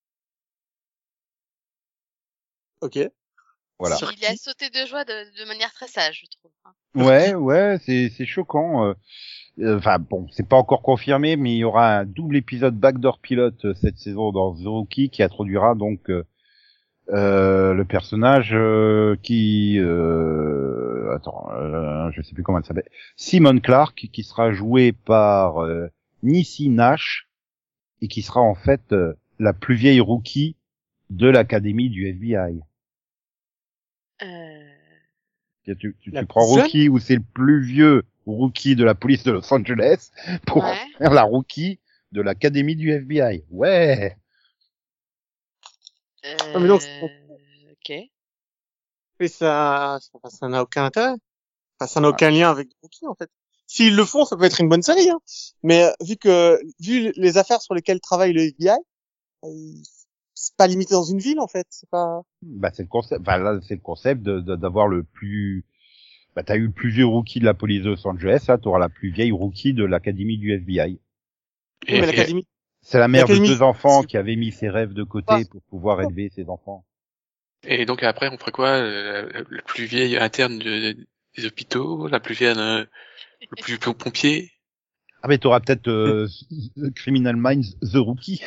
Ok. Voilà. Sur Il a qui sauté de joie de, de manière très sage, je trouve. hein. Ouais, ouais, c'est, c'est choquant. euh. Euh, Enfin, bon, c'est pas encore confirmé, mais il y aura un double épisode Backdoor Pilot euh, cette saison dans The Rookie qui introduira donc euh, euh, le personnage euh, qui... Euh, attends, euh, je sais plus comment elle s'appelle. Simone Clark, qui sera jouée par euh, Niecy Nash et qui sera en fait euh, la plus vieille rookie de l'académie du F B I. Euh... Tu, tu, tu La prends plus jeune Rookie où c'est le plus vieux rookie de la police de Los Angeles pour Ouais. faire la rookie de l'académie du F B I. Ouais. Euh... Ah, mais donc, c'est- ok. Mais ça, ça ça n'a aucun intérêt. Enfin, ça n'a aucun lien avec Rookie, en fait. S'ils le font, ça peut être une bonne série, hein. Mais euh, vu que, vu les affaires sur lesquelles travaille le F B I, euh, c'est pas limité dans une ville, en fait. C'est pas. Bah c'est le concept. Enfin là c'est le concept de, de- d'avoir le plus. Bah t'as eu le plus vieux rookie de la police de Los Angeles, là t'auras la plus vieille rookie de l'académie du F B I. Oui, Et, mais et, l'académie. C'est la mère de L'académie- deux enfants qui avait mis ses rêves de côté Ah. pour pouvoir élever ses enfants. et donc après, on ferait quoi? euh, La plus vieille interne de- des hôpitaux, la plus vieille, euh, le plus vieux pompier. Ah mais t'auras peut-être euh, Criminal Minds The Rookie.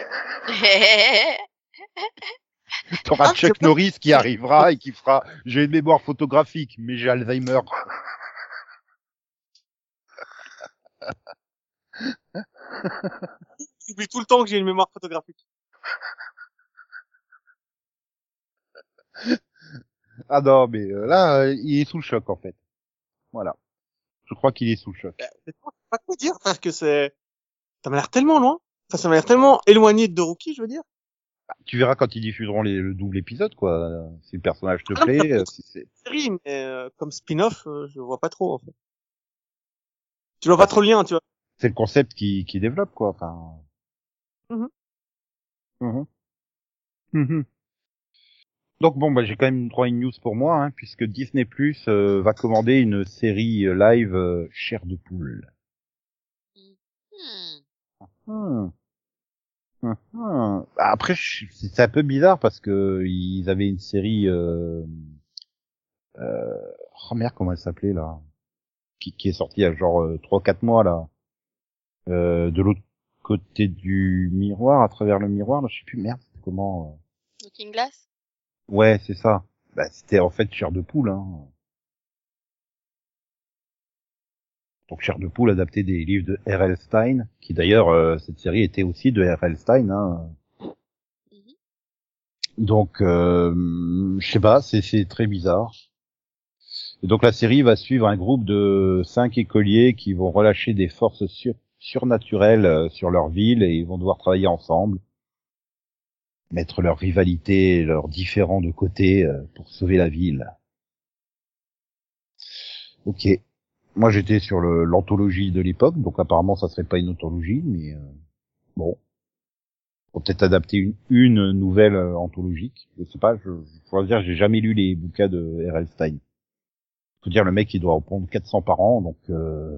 T'auras Ah, Chuck c'est pas- Norris qui arrivera et qui fera « J'ai une mémoire photographique, mais j'ai Alzheimer. » J'oublie tout le temps que j'ai une mémoire photographique. Ah non, mais euh, là, euh, il est sous le choc en fait. Voilà. Je crois qu'il est sous le choc. Mais je sais pas quoi dire, parce que c'est, ça m'a l'air tellement loin. Enfin, ça m'a l'air tellement éloigné de Rookie, je veux dire. Tu verras quand ils diffuseront les, le double épisode, quoi. Si le personnage te Ah, plaît, ça peut euh, être si c'est... Série, mais euh, comme spin-off, euh, je vois pas trop, en fait. Je vois pas trop le lien, tu vois. c'est le concept qui, qui développe, quoi. Enfin. Mhm. Mhm. Mhm. Donc bon, bah j'ai quand même droit à une news pour moi, hein, puisque Disney Plus euh, va commander une série euh, live euh, Chair de poule. Hmm. Hmm. Hmm. Hmm. Après, je- c'est un peu bizarre parce que ils avaient une série. Euh... Euh... Oh merde, comment elle s'appelait là, qui, qui est sortie il y a genre euh, trois quatre mois là, euh, de l'autre côté du miroir, à travers le miroir. Là, je sais plus, merde, c'était comment. Euh... Looking Glass? Ouais, c'est ça. Bah, c'était en fait Chair de poule. Hein. Donc Chair de poule adapté des livres de R L. Stein, qui d'ailleurs euh, cette série était aussi de R L. Stein. Hein. Mhm. Donc euh, je sais pas, c'est c'est très bizarre. Et donc la série va suivre un groupe de cinq écoliers qui vont relâcher des forces sur- surnaturelles euh, sur leur ville et ils vont devoir travailler ensemble, mettre leur rivalité, et leurs différends de côté euh, pour sauver la ville. Ok. Moi, j'étais sur le, l'anthologie de l'époque, donc apparemment, ça serait pas une anthologie, mais euh, bon. Faut peut-être adapter une, une nouvelle euh, anthologique. Je sais pas, je, je faut dire, j'ai jamais lu les bouquins de R L. Stein. Faut dire, le mec, il doit en prendre quatre cents par an, donc euh,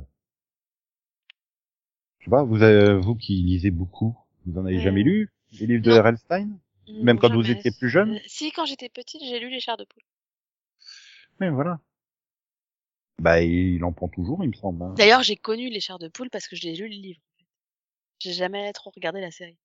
je sais pas, vous avez, vous qui lisez beaucoup, vous en avez jamais Euh, lu les livres de non. R L. Stein? Même Non, quand vous jamais. étiez plus jeune? Euh, Si, quand j'étais petite, j'ai lu Les Chairs de poule. Mais voilà. Bah, il en prend toujours, il me semble. Hein. D'ailleurs, j'ai connu Les Chairs de poule parce que j'ai lu le livre. J'ai jamais trop regardé la série.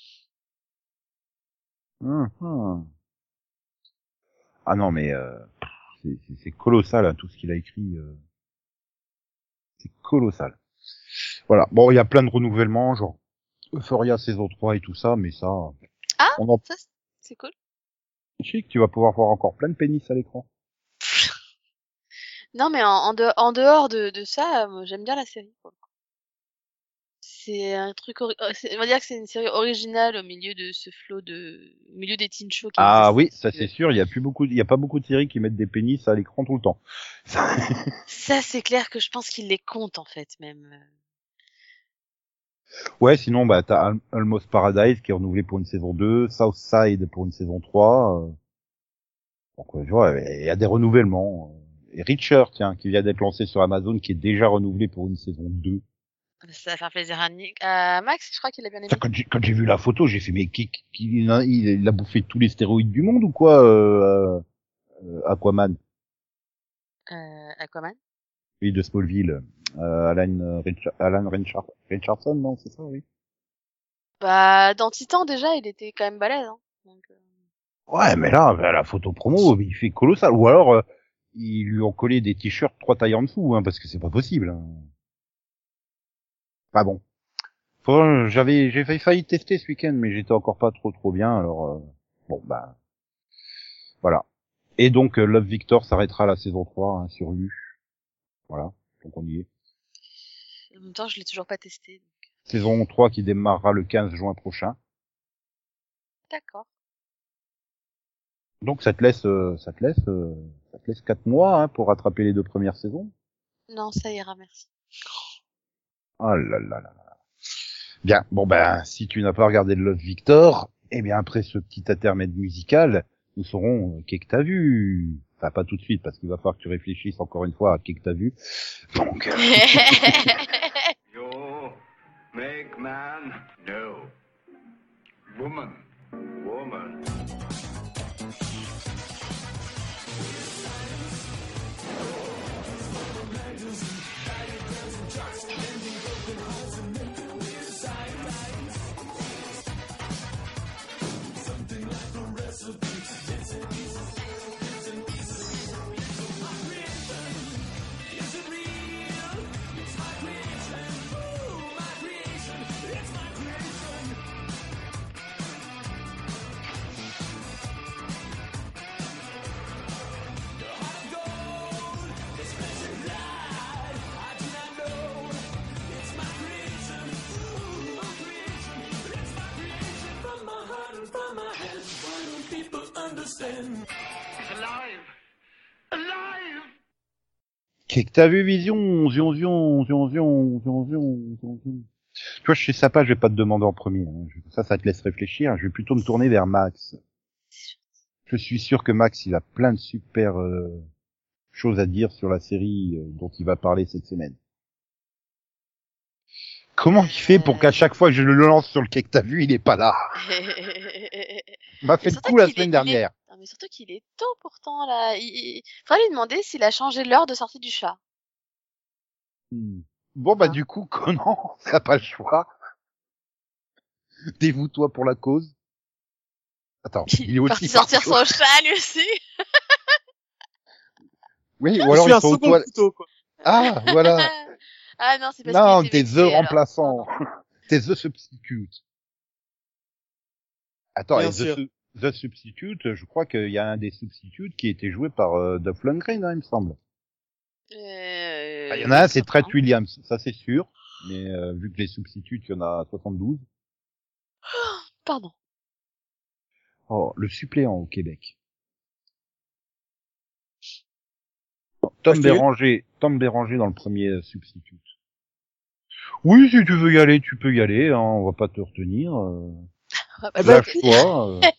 Hum, hum. Ah non, mais euh, c'est, c'est, c'est colossal, hein, tout ce qu'il a écrit. Euh, c'est colossal. Voilà. Bon, il y a plein de renouvellements, genre Euphoria saison trois et tout ça, mais ça, Ah, on en ça, c'est cool. chic, tu vas pouvoir voir encore plein de pénis à l'écran. Non, mais en, en, de- en dehors de, de ça, moi, j'aime bien la série. pour le coup. C'est un truc, ori- euh, c'est- on va dire que c'est une série originale au milieu de ce flot de, au milieu des teen shows qui Ah existent. oui, si ça tu c'est veux. sûr, il y a plus beaucoup, il y a pas beaucoup de séries qui mettent des pénis à l'écran tout le temps. Ça, c'est clair que je pense qu'ils les comptent en fait même. Ouais, sinon bah t'as Al- Almost Paradise qui est renouvelé pour une saison deux, Southside pour une saison trois. euh. Donc ouais, tu vois, il y a des renouvellements. Et Reacher, tiens, qui vient d'être lancé sur Amazon, qui est déjà renouvelé pour une saison deux. Ça va faire plaisir à, Nick, à Max, je crois qu'il a bien aimé. Putain, Quand j'ai, quand j'ai vu la photo, j'ai fait mais qui, qui, il, a, il, il a bouffé tous les stéroïdes du monde ou quoi, euh, euh, Aquaman, Euh, Aquaman. oui, de Smallville, euh, Alan, Richard, Alan Richard, Richardson, non, c'est ça, oui. Bah, dans Titan déjà, il était quand même balèze. Hein. Donc, euh, Ouais, mais là, bah, la photo promo, il fait colossal. Ou alors, euh, ils lui ont collé des t-shirts trois tailles en dessous, hein, parce que c'est pas possible. Hein. Pas bon. Faut- J'avais, j'ai failli, failli tester ce week-end, mais j'étais encore pas trop trop bien. Alors, euh, bon, bah, voilà. Et donc, euh, Love Victor s'arrêtera à la saison trois hein, sur Lu. Voilà, donc on y est. en même temps, je l'ai toujours pas testé. Donc... Saison trois qui démarrera le quinze juin prochain. D'accord. Donc ça te laisse, euh, ça te laisse, euh, ça te laisse quatre mois hein, pour rattraper les deux premières saisons. Non, ça ira, merci. Oh là là là. Bien, bon ben, si tu n'as pas regardé Love Victor, eh bien après ce petit intermède musical, nous saurons euh, qu'est-ce que t'as vu. Enfin, pas tout de suite, parce qu'il va falloir que tu réfléchisses encore une fois à qu'est-ce que t'as vu. Donc, euh, You make man? No. Woman. Woman. qu'est-ce que t'as vu, Vision, Zion, Zion, Zion, Zion, Zion, Zion, Zion, Zion. Tu vois, je sais ça pas, je vais pas te demander en premier. Hein. Je- Ça, ça te laisse réfléchir. Je vais plutôt me tourner vers Max. Je suis sûr que Max, il a plein de super euh, choses à dire sur la série euh, dont il va parler cette semaine. Comment il fait pour qu'à chaque fois que je le lance sur le quai que t'as vu, il est pas là? Il m'a fait Mais le surtout coup la qu'il est- semaine il est- dernière. Non, mais surtout qu'il est tôt pourtant là. Il... il- Faudrait lui demander s'il a changé l'heure de sortie du chat. Hmm. Bon bah Hein du coup, Conan, t'as pas le choix. Dévoue-toi pour la cause. Attends, il est Parti aussi sortir parti au- son chat lui aussi. Oui, ou Je alors suis ils un sont aux second toilettes. couteau, quoi. Ah, voilà. Ah non, c'est parce qu'il Non, était t'es vexé. the alors. remplaçant. Non, non. T'es the substitute. Attends, Bien et the, sûr. Su- the substitute, je crois qu'il y a un des substitutes qui a été joué par euh, Duff Lundgren, hein, il me semble. Euh... Ah, il y en a un, c'est Trent certainement. Williams, ça c'est sûr. Mais euh, vu que les substitutes, il y en a soixante-douze. Pardon. Oh, le suppléant au Québec. Tom je t'ai vu. Béranger, Tom Béranger dans le premier euh, Substitute. Oui, si tu veux y aller, tu peux y aller, hein, on va pas te retenir. Euh, Ah, bah, Eh ben, Lâche-toi. euh.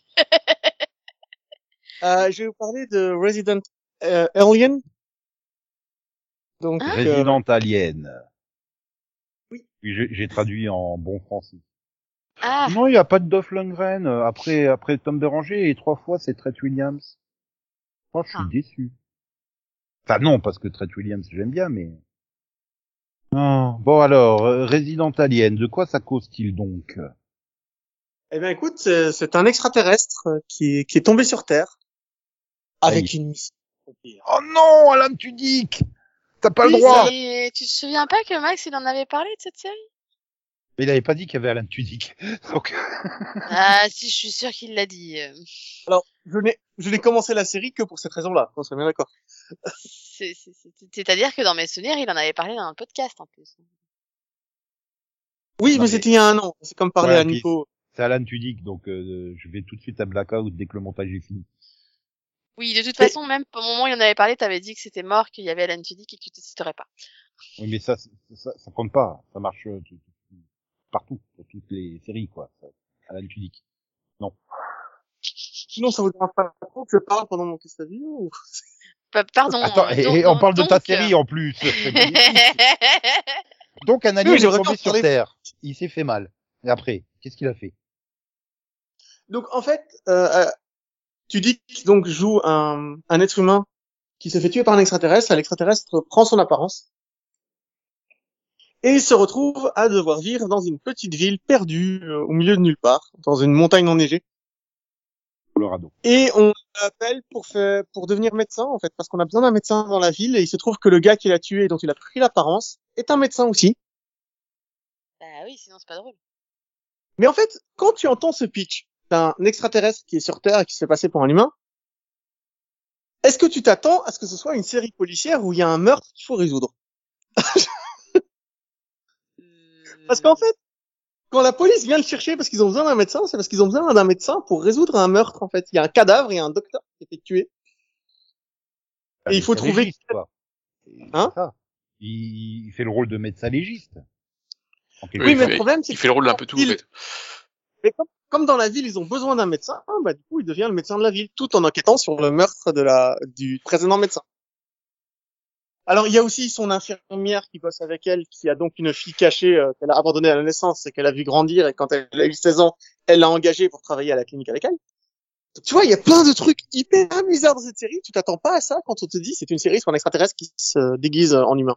Euh, je vais vous parler de Resident euh, Alien. Donc, Hein euh, Resident Alien. Oui. Oui, j'ai j'ai traduit en bon français. ah, Non, il y a pas de Dolph Lundgren. euh, Après, après Tom Béranger, et trois fois, c'est Trent Williams. Oh, je suis Ah. déçu. Enfin, non, parce que Trent Williams, j'aime bien, mais... Ah, bon, alors, euh, Resident Alien, de quoi ça cause-t-il donc? eh ben, écoute, c'est c'est un extraterrestre euh, qui est, qui est tombé sur Terre avec Aïe. une mission. Oh non, Alan Tudyk! T'as pas le Oui, droit! et tu te souviens pas que Max, il en avait parlé de cette série? Mais il avait pas dit qu'il y avait Alan Tudyk. Donc, Ah, si, je suis sûre qu'il l'a dit. euh. Alors, je n'ai, je n'ai commencé la série que pour cette raison-là. On soit bien d'accord. C'est- c'est- c'est- C'est-à-dire que dans mes souvenirs, il en avait parlé dans un podcast, en plus. Oui, Non, mais mais- c'était il y a un an. C'est comme parler Ouais, à puis- Nico. c'est Alan Tudyk, donc euh, je vais tout de suite à blackout dès que le montage est fini. Oui, de toute Mais- façon, même au moment où il en avait parlé, t'avais dit que c'était mort, qu'il y avait Alan Tudyk et que tu t'exciterais pas. Oui, mais ça, c'est- ça, ça compte pas. Ça marche euh, tout- tout- partout, pour toutes les séries, quoi. Ça, Alan Tudyk. Sinon, ça vous dérange pas trop que je parle pendant mon quest vie ou... Pa- Pardon. Attends, euh, et, donc- et on donc- parle de ta donc, série euh, en plus. C'est magnifique. Donc un alien Oui, est j'aurais tombé pas sur parlé- Terre. Il s'est fait mal. Et après, qu'est-ce qu'il a fait? Donc, en fait, euh, euh, tu dis que donc joue un, un être humain qui se fait tuer par un extraterrestre. L'extraterrestre prend son apparence. Et il se retrouve à devoir vivre dans une petite ville perdue euh, au milieu de nulle part, dans une montagne enneigée. Colorado. Et on l'appelle pour faire, pour devenir médecin, en fait, parce qu'on a besoin d'un médecin dans la ville. Et il se trouve que le gars qui l'a tué et dont il a pris l'apparence est un médecin aussi. Bah oui, sinon c'est pas drôle. Mais en fait, quand tu entends ce pitch d'un extraterrestre qui est sur Terre et qui se fait passer pour un humain, est-ce que tu t'attends à ce que ce soit une série policière où il y a un meurtre qu'il faut résoudre? Parce qu'en fait, quand la police vient le chercher parce qu'ils ont besoin d'un médecin, c'est parce qu'ils ont besoin d'un médecin pour résoudre un meurtre, en fait. Il y a un cadavre, il y a un docteur qui a été tué. Et il faut Médecin trouver- légiste, quoi. C'est Hein ça. Il, il fait le rôle de médecin légiste. En quelque Oui, il mais fait- le problème, c'est Il que fait le rôle d'un peu tout, en il- fait. mais comme, comme dans la ville, ils ont besoin d'un médecin, hein, bah, du coup, il devient le médecin de la ville, tout en enquêtant sur le meurtre de la, du précédent médecin. Alors, il y a aussi son infirmière qui bosse avec elle, qui a donc une fille cachée euh, qu'elle a abandonnée à la naissance et qu'elle a vu grandir, et quand elle a eu seize ans, elle l'a engagée pour travailler à la clinique avec elle. Donc, tu vois, il y a plein de trucs hyper bizarres dans cette série. Tu t'attends pas à ça quand on te dit c'est une série sur un extraterrestre qui se déguise en humain.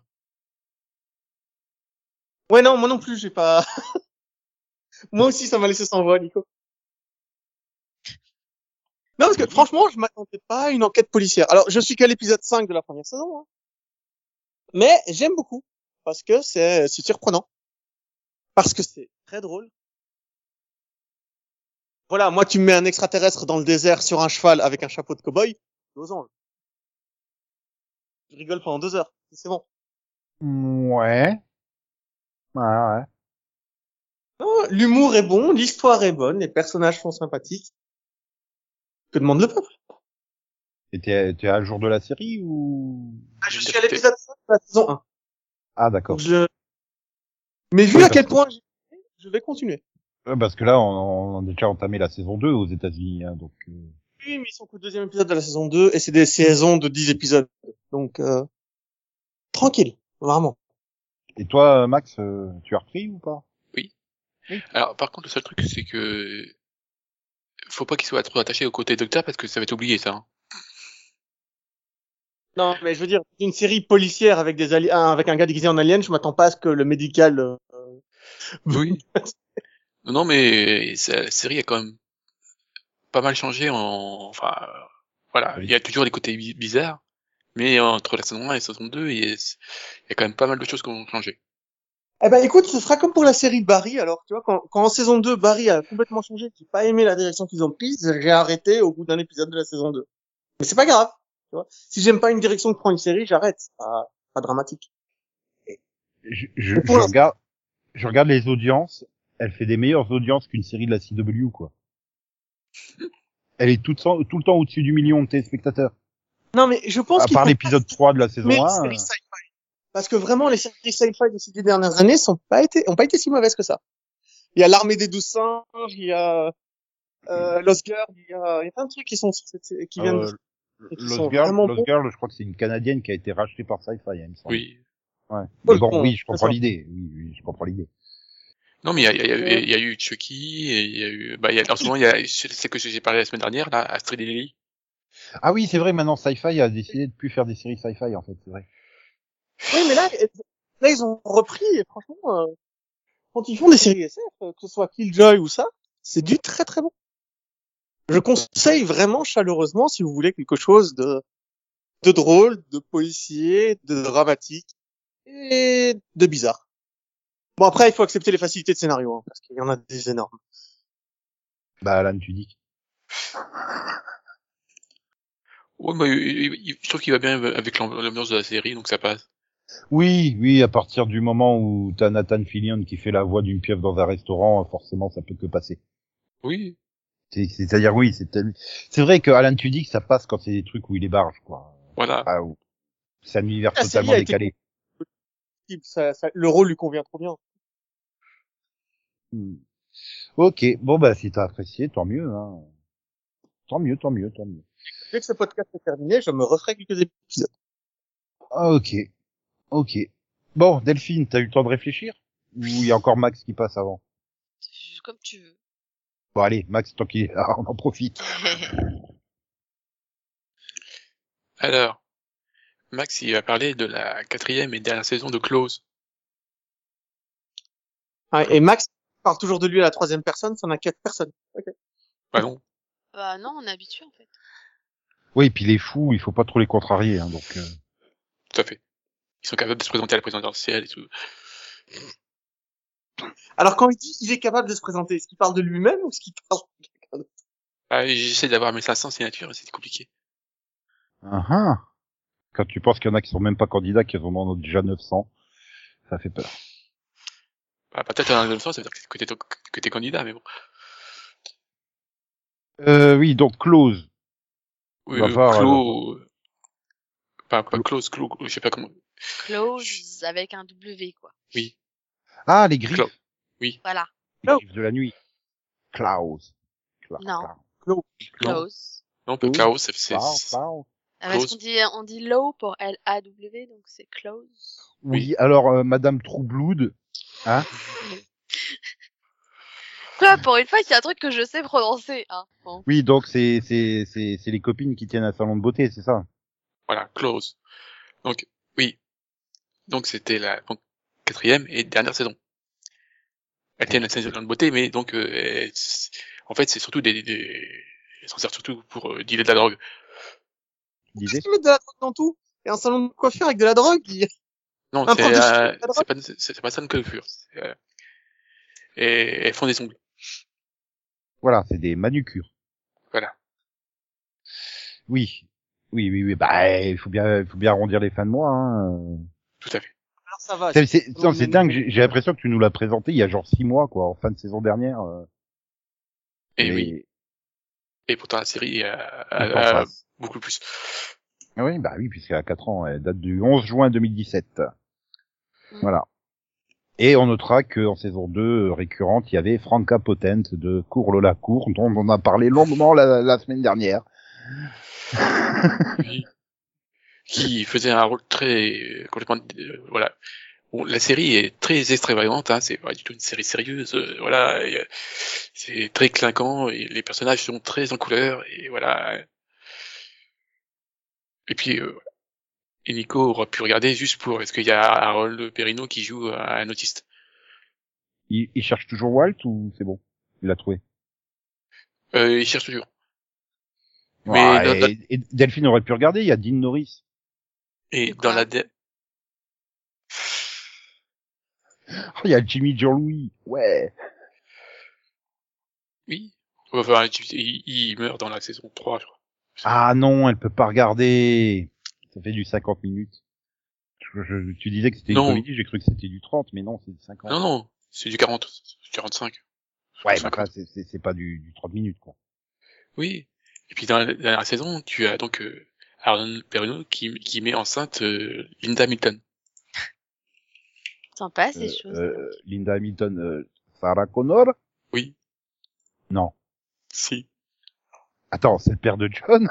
Ouais, non, moi non plus, j'ai pas... Moi aussi, ça m'a laissé sans voix, Nico. Non, parce que franchement, je m'attendais pas à une enquête policière. Alors, je suis qu'à l'épisode cinq de la première saison, hein. Mais j'aime beaucoup, parce que c'est c'est surprenant. Parce que c'est très drôle. Voilà, moi, tu me mets un extraterrestre dans le désert sur un cheval avec un chapeau de cow-boy, aux anges. Je rigole pendant deux heures, c'est bon. Ouais. Ouais, ouais. Non, l'humour est bon, l'histoire est bonne, les personnages sont sympathiques. Que demande le peuple? Et t'es, t'es à jour de la série ou? Ah, je suis à l'épisode cinq de la saison un. Ah, d'accord. Donc je... Mais vu Oui, à parce quel que- point j'ai fait, je vais continuer. Ouais, parce que là, on, on a déjà entamé la saison deux aux États-Unis, hein, donc. euh, Oui, mais ils sont qu'au deuxième épisode de la saison deux, et c'est des saisons de dix épisodes. Donc, euh, tranquille, vraiment. Et toi, Max, euh, tu as repris ou pas? Alors, par contre, le seul truc, c'est que faut pas qu'il soit trop attaché au côté docteur parce que ça va être oublié, ça. Hein. Non, mais je veux dire, une série policière avec des ali- un- avec un gars déguisé en alien, je m'attends pas à ce que le médical... euh, Oui. Non, non, mais ça- la série a quand même pas mal changé en, enfin, euh, voilà. Oui. Il y a toujours des côtés bi- bizarres, mais entre la saison un et la saison deux, il y a, il y a quand même pas mal de choses qui ont changé. Eh ben, écoute, ce sera comme pour la série Barry, alors, tu vois, quand, quand en saison deux, Barry a complètement changé, j'ai pas aimé la direction qu'ils ont prise, j'ai arrêté au bout d'un épisode de la saison deux. Mais c'est pas grave, tu vois. Si j'aime pas une direction que prend une série, j'arrête. C'est pas, pas dramatique. Je, je, Mais je pour l'instant- regarde, je regarde les audiences. Elle fait des meilleures audiences qu'une série de la C W, quoi. Elle est tout le temps, tout le temps au-dessus du million de téléspectateurs. Non, mais je pense À qu'il part faut l'épisode trois de la saison mais les un. séries sci-fi. Parce que vraiment, les séries sci-fi de ces dix dernières années sont pas été, ont pas été si mauvaises que ça. Il y a l'armée des douze singes, il y a, euh, Lost Girl, il y a, il y a plein de trucs qui sont sur cette, sé- qui viennent de, Euh, et qui Lost sont Girl, vraiment Lost bons. Girl, je crois que c'est une Canadienne qui a été rachetée par Sci-Fi, il me semble. Oui. Ouais. Oh, Mais bon, bon, oui, je comprends d'accord. l'idée. Oui, oui, je comprends l'idée. Non, mais il y a, il y, a, il y a eu Chucky, et il y a eu, bah, il y a, en ce moment, il y a, c'est que j'ai parlé la semaine dernière, là, Astrid et Lily. Ah oui, c'est vrai, maintenant Sci-Fi a décidé de plus faire des séries Sci-Fi, en fait, c'est vrai. Oui, mais là, là, ils ont repris, et franchement, euh, quand ils font des séries S F, euh, que ce soit Killjoy ou ça, c'est du très très bon. Je conseille vraiment chaleureusement si vous voulez quelque chose de, de drôle, de policier, de dramatique et de bizarre. Bon, après, il faut accepter les facilités de scénario, hein, parce qu'il y en a des énormes. Bah, Alan Tudyk. Ouais, bah, il- il- il- je trouve qu'il va bien avec l'amb- l'ambiance de la série, donc ça passe. Oui, oui, à partir du moment où t'as Nathan Fillion qui fait la voix d'une pieuvre dans un restaurant, forcément, ça peut que passer. Oui. C'est- C'est-à-dire, oui, c'est tel- c'est vrai que Alan Tudyk, ça passe quand c'est des trucs où il est barge, quoi. Voilà. Ah, où c'est un univers La série totalement a été décalé. Ça, ça, le rôle lui convient trop bien. Hmm. Ok, bon bah si t'as apprécié, tant mieux, hein. Tant mieux, tant mieux, tant mieux. Dès que ce podcast est terminé, je me referai quelques épisodes. Ah, ok, ok. Bon, Delphine, t'as eu le temps de réfléchir? Ou il y a encore Max qui passe avant? Comme tu veux. Bon allez, Max, tant qu'il est là, on en profite. Alors, Max, il va parler de la quatrième et dernière saison de Close. Ah, et Max parle toujours de lui à la troisième personne, ça n'inquiète personne. Ok. Bah non. Bah non, on est habitué en fait. Oui, puis les fous, il faut pas trop les contrarier, hein, donc... Euh... Tout à fait. Ils sont capables de se présenter à la présidentielle et tout. Alors quand il dit qu'il est capable de se présenter, est-ce qu'il parle de lui-même ou est-ce qu'il parle de quelqu'un d'autre? Ah, j'essaie d'avoir mes cinq cents signatures et c'est compliqué. Ah ah. Quand tu penses qu'il y en a qui sont même pas candidats, qui en ont déjà neuf cents, ça fait peur. Bah, peut-être dans le sens, ça veut dire que t'es, que t'es candidat, mais bon. Euh, oui, donc Close. Oui, Va euh, voir, Clos, euh... pas, pas Clos. Close, Clos, je sais pas comment. Close avec un W quoi. Oui. Ah, les griffes. Clos. Oui. Voilà. Les griffes de la nuit. Klaus. Cla- Non. Cla- Clos. Close. Non, le Klaus, c'est, c'est, Klaus, c'est- Klaus. Ah, parce Close. qu'on dit, on dit low pour L A W, donc c'est close. Oui, Oui. alors, euh, Madame Troubloud. Hein? Quoi, pour une fois, il y a un truc que je sais prononcer, hein. Bon. Oui, donc c'est, c'est, c'est, c'est les copines qui tiennent un salon de beauté, c'est ça? Voilà, Close. Donc, oui. Donc, c'était la, donc, quatrième et dernière saison. Elle tient la saison de beauté, mais donc, euh, elle- c'est- en fait, c'est surtout des, des, elle s'en sert surtout pour euh, dealer de la drogue. Tu disais? Ils mettent de la drogue dans tout. Et un salon de coiffure avec de la drogue. il- Non, Un c'est, prof de chimie, euh, de la drogue. c'est pas, c'est, c'est pas ça une coiffure. C'est, euh, et elles font des ongles. Voilà, c'est des manucures. Voilà. Oui. Oui, oui, oui, bah, il faut bien, il faut bien arrondir les fins de mois, hein. Tout à fait. Alors ça va. C'est, c'est, non, c'est mais- dingue, j'ai j'ai l'impression que tu nous l'as présenté il y a genre six mois, quoi, en fin de saison dernière. euh, Et mais- oui. Et pourtant, la série a, a- le temps a passe. beaucoup plus. Ah oui, bah oui, puisqu'elle a quatre ans, elle date du onze juin deux mille dix-sept. Mm. Voilà. Et on notera qu'en saison deux, euh, récurrente, il y avait Franca Potente de Cour Lola Cour, dont on a parlé longuement la, la semaine dernière. Oui. Qui faisait un rôle très, euh, complètement, euh, voilà. Bon, la série est très extravagante, hein, c'est pas du tout une série sérieuse, euh, voilà, et, euh, c'est très clinquant, et les personnages sont très en couleur, et voilà. Et puis, euh, et Nico aura pu regarder juste pour, est-ce qu'il y a Harold Perrineau qui joue à un autiste? Il, il cherche toujours Walt ou c'est bon? Il l'a trouvé. Euh, il cherche toujours. Mais Ouais, dans- et, et Delphine aurait pu regarder, il y a Dean Norris. Et C'est quoi? dans la, de- Oh, il y a Jimmy Jean-Louis. Ouais. oui. Enfin, il, il meurt dans la saison trois, je crois. Ah non, elle peut pas regarder. Ça fait du cinquante minutes. Je, je- tu disais que c'était une Non. comédie, j'ai cru que c'était du trente, mais non, c'est du cinquante. Non, non, c'est du quarante, quarante-cinq. Ouais, mais cinquante. enfin, c'est, c'est, c'est pas du, du trente minutes, quoi. Oui. Et puis dans la dernière saison, tu as donc euh, Aaron Perrineau qui, qui met enceinte euh, Linda Hamilton. Sympa ces Euh, choses. euh, Linda Hamilton, euh, Sarah Connor? Oui, Non. si. Attends, c'est le père de John?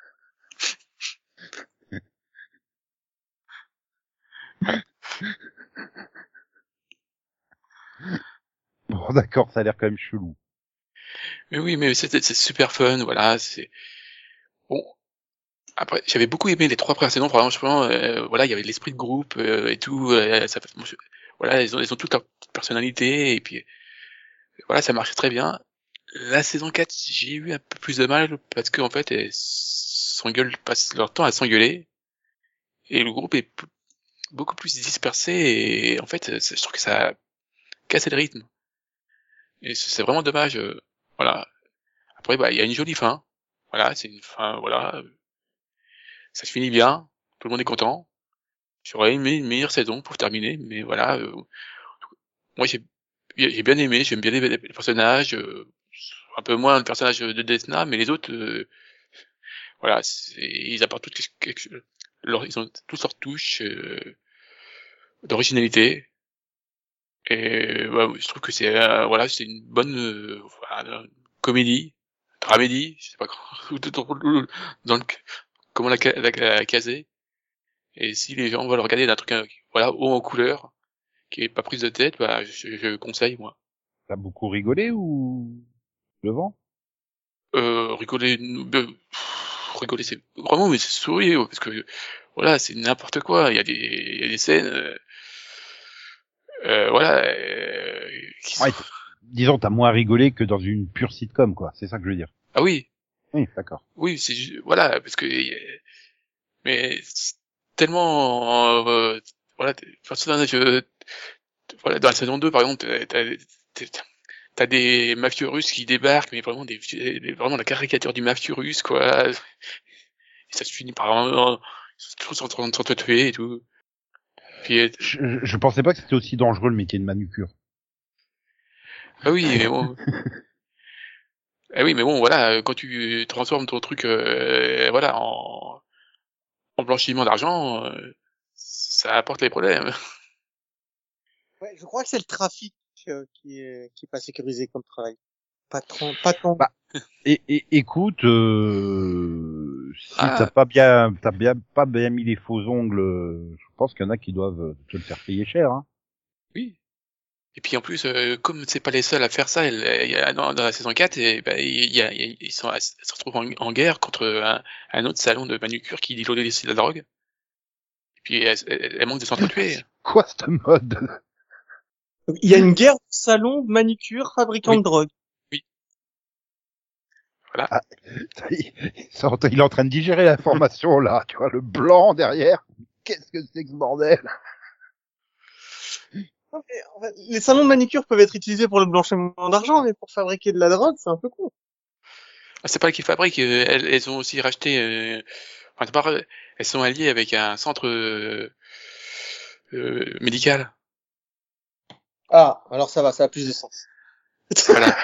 Bon, d'accord, ça a l'air quand même chelou. Mais oui, mais c'est c'est super fun, voilà, c'est bon. Après, j'avais beaucoup aimé les trois premières saisons, franchement, euh, voilà, il y avait l'esprit de groupe euh, et tout, euh, ça, moi, je- voilà, ils ont, ils ont toute leur petite personnalité et puis voilà, ça marchait très bien. La saison quatre, j'ai eu un peu plus de mal parce qu'en fait, elles s'engueulent, passent leur temps à s'engueuler et le groupe est p- beaucoup plus dispersé et en fait, c'est- je trouve que ça a cassé le rythme et c'est c'est vraiment dommage. euh, voilà. Après, bah, il y a une jolie fin. Voilà, c'est une fin, voilà, ça se finit bien, tout le monde est content. J'aurais aimé une meilleure saison pour terminer, mais voilà, euh, moi j'ai j'ai bien aimé, j'aime bien les, les personnages, euh, un peu moins le personnage de Desna, mais les autres, euh, voilà, c'est- ils apportent toutes quelque, quelque- leur, ils ont tous leur touche euh, d'originalité. Et ouais, je trouve que c'est euh, voilà, c'est une bonne euh, voilà, comédie, dramédie, je sais pas comment, dans le, comment la, la, la caser. Et si les gens veulent regarder d'un truc euh, voilà haut en couleur, qui est pas prise de tête, bah je, je conseille moi. T'as beaucoup rigolé ou le vent? Euh, rigoler, euh, pff, rigoler c'est vraiment mais c'est sourire parce que voilà c'est n'importe quoi. Il y a des, il y a des scènes, euh, euh, voilà, euh, qui sont... Ouais, t- disons, t'as moins rigolé que dans une pure sitcom, quoi. C'est ça que je veux dire. Ah oui, Oui, d'accord. oui c'est ju- voilà parce que euh, mais c'est tellement euh, voilà des personnages euh, voilà dans la saison deux par exemple t'as, t'as, t'as t'as des mafieux russes qui débarquent mais vraiment des, des- vraiment la caricature du mafieux russe quoi. Et ça se finit par un, ils sont tous en train de s'entretuer et tout. Puis euh, Je, je, je pensais pas que c'était aussi dangereux le métier de manucure. ah oui mais bon ah oui mais bon voilà quand tu transformes ton truc euh, voilà en, en blanchiment d'argent euh, ça apporte les problèmes. Ouais, je crois que c'est le trafic euh, qui est qui est pas sécurisé comme travail. Pas trop, pas tant. Bah, Et, et écoute, euh, si Ah. t'as pas bien, t'as bien pas bien mis les faux ongles, euh, je pense qu'il y en a qui doivent te le faire payer cher. Hein. Oui. Et puis en plus, euh, comme c'est pas les seuls à faire ça, elle- il y a, dans, dans la saison quatre, et, ben, il y a, il y a- ils sont, elles se retrouvent en, en guerre contre un, un autre salon de manucure qui dilodait la drogue. Et puis elles, elles, elles manquent de s'entretuer. Quoi cette mode? Il y a une guerre de salon de manicure fabricant Oui. de drogue. Voilà. Ah, il, il est en train de digérer l'information là, tu vois le blanc derrière. Qu'est-ce que c'est que ce bordel? Non, mais, en fait, les salons de manicure peuvent être utilisés pour le blanchiment d'argent, mais pour fabriquer de la drogue, c'est un peu con. Ah, c'est pas elles qui fabriquent, euh, elles, elles ont aussi racheté. Euh, enfin, c'est pas, vrai, elles sont alliées avec un centre euh, euh, médical. Ah, alors ça va, ça a plus de sens. Voilà.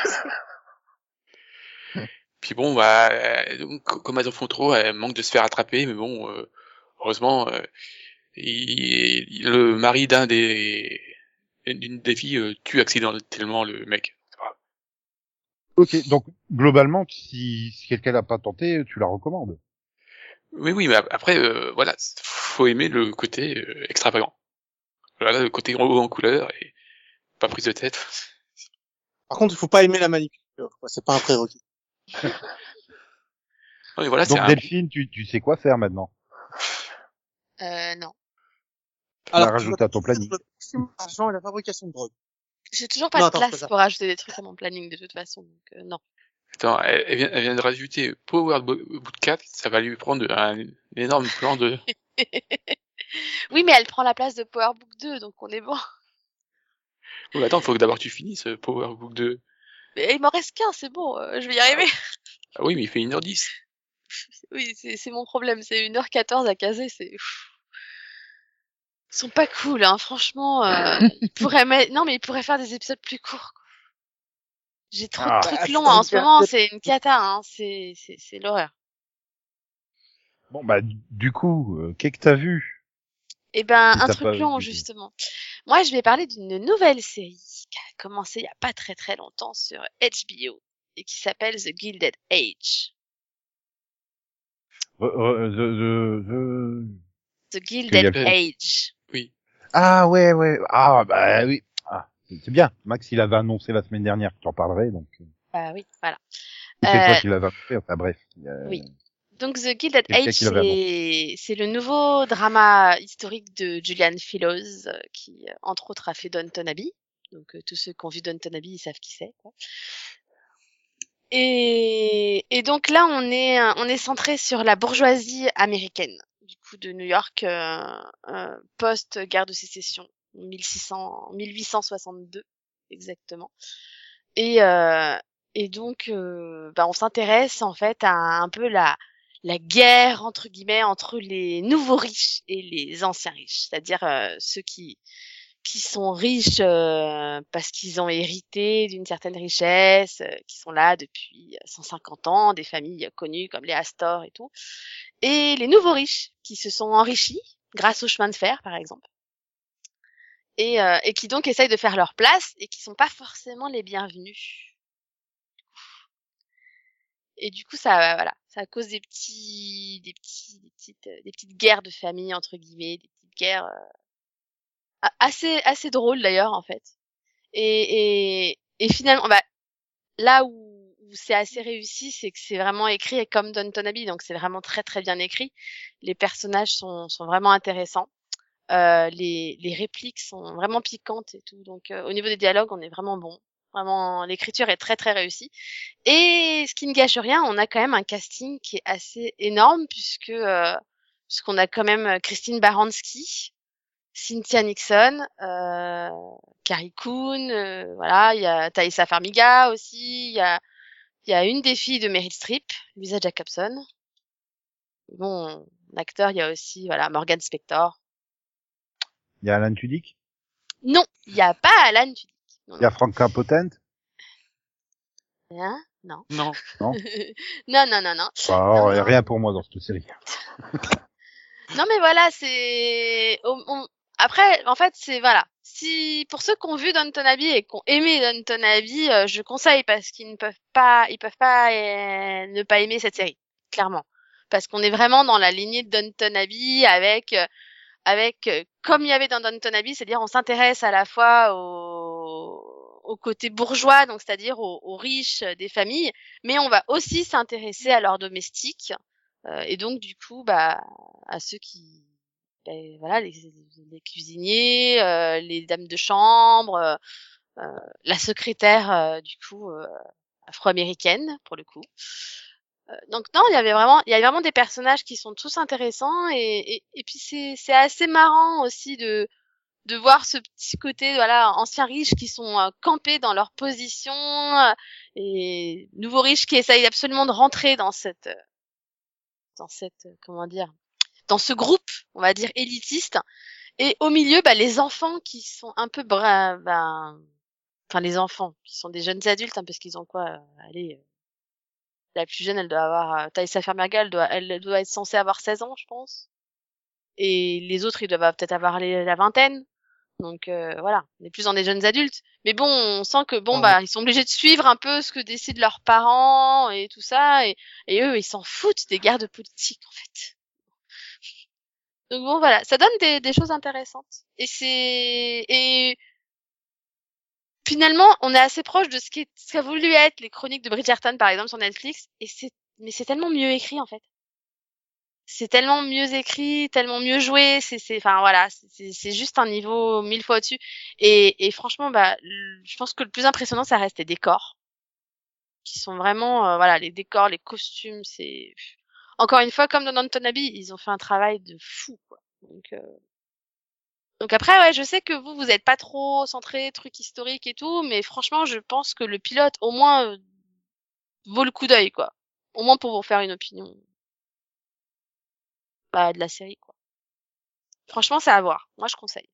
Puis bon, bah, euh, donc, comme elles en font trop, elles manquent de se faire attraper, mais bon, euh, heureusement, euh, il, il- le mari d'un des d'une des filles euh, tue accidentellement le mec. C'est pas grave. Ok, donc globalement, si, si quelqu'un l'a pas tenté, tu la recommandes. Oui, oui, mais ap- après, euh, voilà, faut aimer le côté euh, extravagant. Voilà, le côté haut en couleur et pas prise de tête. Par contre, il faut pas aimer la manicure, quoi. C'est pas un prérequis. Non, mais voilà, c'est Donc un... Delphine, tu, tu sais quoi faire maintenant. Euh, non. Tu l'as tu rajouté dois à ton faire planning. le blanchiment d'argent et la fabrication de drogue. J'ai toujours pas Non, de attends, c'est pas place ça. pour rajouter des trucs à mon planning de toute façon, donc euh, non. Attends, elle, elle vient, elle vient de rajouter Power Boot quatre, ça va lui prendre un, un énorme plan de... Oui, mais elle prend la place de PowerBook deux, donc on est bon. Oui, attends, faut que d'abord tu finisses euh, Power Book deux. Mais il m'en reste qu'un, c'est bon, euh, je vais y arriver. Ah oui, mais il fait une heure dix. Oui, c'est c'est mon problème, c'est une heure quatorze à caser, c'est... Pff. Ils sont pas cool, hein, franchement. Euh, ils pourraient mettre... Non, mais ils pourraient faire des épisodes plus courts, quoi. J'ai trop Ah. de trucs Bah, longs, ça hein. En veut ce dire moment, que- c'est une cata, hein. C'est c'est c'est l'horreur. Bon, bah, du du coup, euh, qu'est-ce que t'as vu? Eh ben, Si un t'as truc pas long, vu. justement. Moi, je vais parler d'une nouvelle série qui a commencé il y a pas très très longtemps sur H B O et qui s'appelle The Gilded Age. Re- re- the- the- The Qu'il y a Gilded le- Age. Oui. Ah, ouais, ouais. Ah, bah, oui. Ah, c'est c'est bien. Max, il avait annoncé la semaine dernière que tu en parlerais, donc. euh, Ah oui, voilà. C'est toi Euh, qui l'avais annoncé. Enfin, bref. Euh, oui. Donc The Gilded Quelqu'un Age, qui l'avait annoncé. c'est c'est le nouveau drama historique de Julian Fellowes, euh, qui, euh, entre autres, a fait Downton Abbey. Donc euh, tous ceux qui ont vu Downton Abbey, ils savent qui c'est, quoi. Et, et donc là, on est, euh, on est centré sur la bourgeoisie américaine, du coup, de New York, euh, euh, post-guerre de sécession, mille six cents, mille huit cent soixante-deux, exactement. Et, euh, et donc, euh, bah, on s'intéresse, en fait, à un peu la, la guerre, entre guillemets, entre les nouveaux riches et les anciens riches. C'est-à-dire, euh, ceux qui, qui sont riches euh, parce qu'ils ont hérité d'une certaine richesse, euh, qui sont là depuis cent cinquante ans, des familles connues comme les Astor et tout, et les nouveaux riches qui se sont enrichis grâce au chemin de fer, par exemple, et, euh, et qui donc essayent de faire leur place et qui sont pas forcément les bienvenus. Et du coup, ça, voilà, ça cause des petits, des petits, des petites, des petites guerres de famille entre guillemets, des petites guerres euh, assez, assez drôles d'ailleurs en fait. Et, et, et finalement, bah, là où, où c'est assez réussi, c'est que c'est vraiment écrit comme Downton Abbey, donc c'est vraiment très très bien écrit. Les personnages sont, sont vraiment intéressants. Euh, les, les répliques sont vraiment piquantes et tout. Donc euh, au niveau des dialogues, on est vraiment bon. Vraiment, l'écriture est très très réussie. Et ce qui ne gâche rien, on a quand même un casting qui est assez énorme puisque euh, puisqu'on a quand même Christine Baranski, Cynthia Nixon, euh, Carrie Coon, euh, voilà, il y a Thaïsa Farmiga aussi, il y a il y a une des filles de Meryl Streep, Lisa Jacobson. Bon, l'acteur, il y a aussi voilà Morgan Spector. Il y a Alan Tudyk. Non, il y a pas Alan Tudyk. Non, Il y a non. Franka Potente. Hein? Non. Non. Non. non, non, non, non. Alors, Non, non. rien pour moi dans cette série. Non, mais voilà, c'est on- on- après, en fait, c'est voilà. Si pour ceux qui ont vu Downton Abbey et qui ont aimé Downton Abbey, euh, je conseille parce qu'ils ne peuvent pas, ils peuvent pas euh, ne pas aimer cette série, clairement, parce qu'on est vraiment dans la lignée de Downton Abbey avec euh, avec euh, comme il y avait dans Downton Abbey, c'est-à-dire on s'intéresse à la fois au au côté bourgeois, donc c'est-à-dire aux, aux riches des familles, mais on va aussi s'intéresser à leurs domestiques euh, et donc du coup bah à ceux qui ben, voilà les, les cuisiniers, euh, les dames de chambre, euh, euh, la secrétaire euh, du coup euh, afro-américaine pour le coup. Euh, donc non, il y avait vraiment, il y a vraiment des personnages qui sont tous intéressants et, et, et puis c'est c'est assez marrant aussi de de voir ce petit côté voilà anciens riches qui sont euh, campés dans leur position euh, et nouveaux riches qui essayent absolument de rentrer dans cette euh, dans cette euh, comment dire dans ce groupe on va dire élitiste et au milieu bah les enfants qui sont un peu bra ben enfin les enfants qui sont des jeunes adultes hein, parce qu'ils ont quoi euh, allez euh, la plus jeune elle doit avoir euh, Thaïsa Farmiga elle doit elle doit être censée avoir seize ans je pense et les autres ils doivent peut-être avoir les, la vingtaine. Donc euh, voilà, on est plus dans des jeunes adultes. Mais bon, on sent que bon bah ils sont obligés de suivre un peu ce que décident leurs parents et tout ça, et, et eux ils s'en foutent des guerres de politique en fait. Donc bon voilà, ça donne des, des choses intéressantes. Et c'est et finalement on est assez proche de ce qui est, ce qu'a voulu être les chroniques de Bridgerton par exemple sur Netflix. Et c'est mais c'est tellement mieux écrit en fait. C'est tellement mieux écrit, tellement mieux joué, c'est c'est enfin voilà, c'est c'est juste un niveau mille fois au-dessus et et franchement bah le- je pense que le plus impressionnant ça reste les décors qui sont vraiment euh, voilà, les décors, les costumes, c'est encore une fois comme dans Downton Abbey, ils ont fait un travail de fou quoi. Donc euh, donc après ouais, je sais que vous vous êtes pas trop centré truc historique et tout, mais franchement, je pense que le pilote au moins euh, vaut le coup d'œil quoi. Au moins pour vous faire une opinion bah, de la série quoi. Franchement, c'est à voir. Moi, je conseille.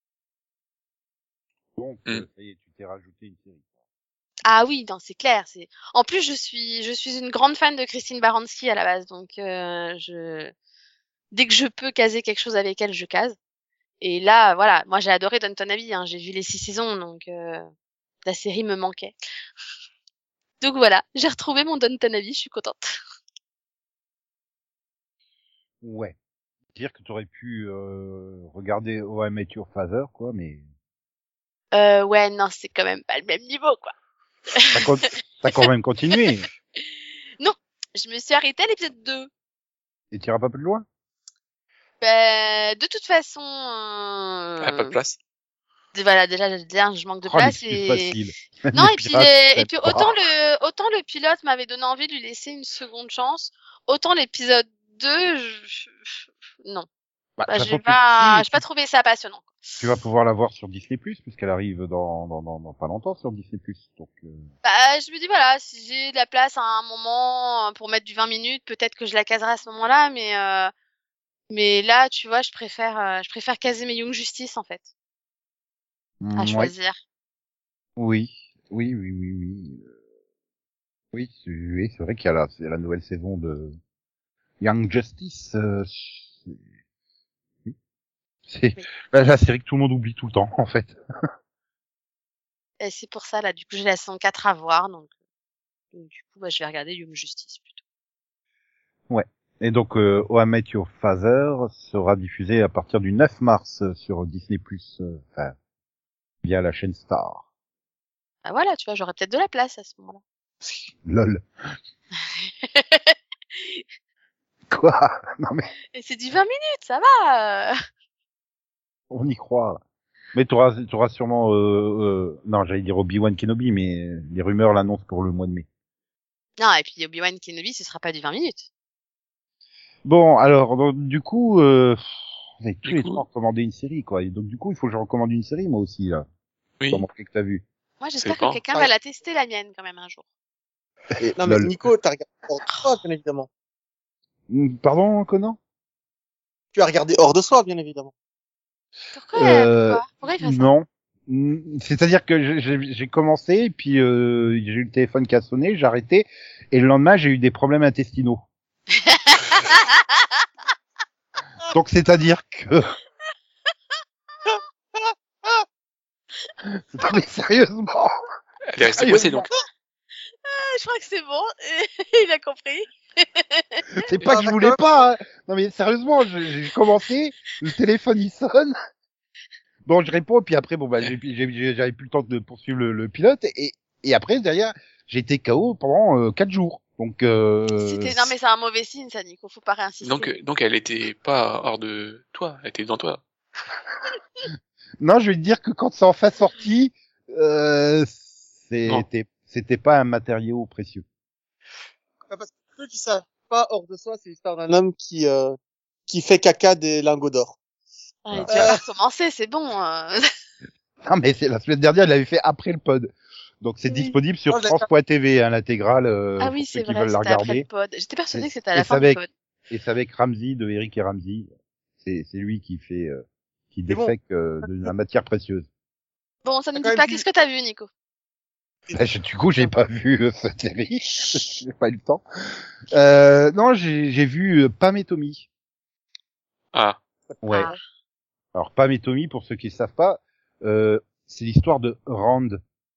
Donc, Mm. euh, ça y est, tu t'es rajouté une série. Ah oui, non, c'est clair. C'est. En plus, je suis, je suis une grande fan de Christine Baranski à la base, donc euh, je, dès que je peux caser quelque chose avec elle, je case. Et là, voilà, moi j'ai adoré Downton Abbey, hein, j'ai vu les six saisons, donc euh, la série me manquait. Donc voilà, j'ai retrouvé mon Downton Abbey, je suis contente. Ouais. Dire que tu aurais pu euh, regarder How I Met Your Father, quoi, mais Euh, ouais, non, c'est quand même pas le même niveau, quoi. t'as, con- t'as quand même continué. Non, je me suis arrêtée à l'épisode deux. Et t'iras pas plus loin. Ben, de toute façon, Ah, pas de euh, place. de- voilà, déjà, déjà, je manque de Oh, place l'excuse et facile. non, Les et puis pirates, les- c'est et puis pas- autant le autant le pilote m'avait donné envie de lui laisser une seconde chance, autant l'épisode deux, je, je- je- non, Bah, bah, de toute j'ai façon, tu, pas si, j'ai pas tu, trouvé ça passionnant. tu vas pouvoir la voir sur Disney+, puisqu'elle arrive dans, dans, dans, dans pas longtemps sur Disney+. Donc, euh, Bah, je me dis voilà, si j'ai de la place à un moment euh, pour mettre du vingt minutes, peut-être que je la caserai à ce moment-là, mais euh, mais là, tu vois, je préfère euh, je préfère caser mes Young Justice en fait, à mm, ouais, choisir. oui, oui, oui, oui, oui. Euh, Oui, c'est oui, c'est vrai qu'il y a la, c'est la nouvelle saison de Young Justice. Euh, c'est oui, c'est Oui. la, la série que tout le monde oublie tout le temps, en fait. Et c'est pour ça là, du coup, j'ai la saison quatre à voir, donc, donc du coup, bah, je vais regarder Young Justice plutôt. Ouais. Et donc, euh, How I Met Your Father sera diffusé à partir du neuf mars sur Disney+, euh, enfin, via la chaîne Star. Bah voilà, tu vois, j'aurais peut-être de la place à ce moment-là. Lol. Quoi? Non mais, Et c'est du vingt minutes, ça va. euh. on y croit. Mais t'auras, t'auras sûrement, euh, euh, non, j'allais dire Obi-Wan Kenobi, mais les rumeurs l'annoncent pour le mois de mai. Non, et puis Obi-Wan Kenobi, ce sera pas du vingt minutes. Bon, alors, donc, du coup, euh, vous avez tous Du les coup- trois recommandé une série, quoi. Et donc, du coup, il faut que je recommande une série, moi aussi, là. Oui. Comment que t'as vu? Moi, j'espère pas. que quelqu'un Ah. va la tester, la mienne, quand même, un jour. Non, mais Lol. Nico, t'as regardé Hors de Soi, bien évidemment. Hmm, Pardon, Conan? Tu as regardé Hors de Soi, bien évidemment. Pourquoi, Euh, pourquoi, pourquoi il fait ça? non. Hmm, C'est-à-dire que j'ai- j'ai j'ai commencé, et puis euh, j'ai eu le téléphone qui a sonné, j'ai arrêté, et le lendemain, j'ai eu des problèmes intestinaux. Donc, c'est-à-dire que... Non, mais sérieusement, Elle est restée coincée, donc. Je crois que c'est bon. Il a compris. c'est pas Ah, que je voulais d'accord. pas, hein. Non, mais sérieusement, j'ai j'ai commencé, le téléphone, il sonne. Bon, je réponds, puis après, bon, bah, j'ai- j'ai- j'ai- j'avais plus le temps de poursuivre le, le pilote, et, et après, derrière, j'ai été K O pendant euh, quatre jours. Donc, euh... C'était, non, mais c'est un mauvais signe, ça, Nico. Faut pas réinsister. Donc, euh, donc elle était pas hors de toi, elle était dans toi. non, je vais te dire que quand c'est enfin sorti, euh, c'était, c'était pas un matériau précieux. Ah, parce que ceux qui savent pas, Hors de Soi, c'est l'histoire d'un homme qui, euh, qui fait caca des lingots d'or. Ouais, Voilà. tu vas pas recommencer, c'est bon. euh. Non, mais c'est la semaine dernière, il l'avait fait après le pod. Donc, c'est Oui. disponible sur Oh, d'accord. France point T V, hein, l'intégrale, euh, Ah oui, pour ceux c'est qui vrai, veulent la c'était après regarder. le pod. J'étais persuadée Et- que c'était à et la c'est fin avec- du pod. Et c'est avec Ramsey, de Eric et Ramsey. C'est, c'est lui qui fait, euh, qui C'est bon. défèque euh, de la matière précieuse. Bon, ça ne T'as dit quand pas. même Qu'est-ce que t'as vu, Nico? Bah, je- du coup, j'ai pas vu euh, cette série. J'ai pas eu le temps. Euh, non, j'ai, j'ai vu euh, Pam et Tommy. Ah. Ouais. Ah. Alors, Pam et Tommy, pour ceux qui ne savent pas, euh, c'est l'histoire de Rand,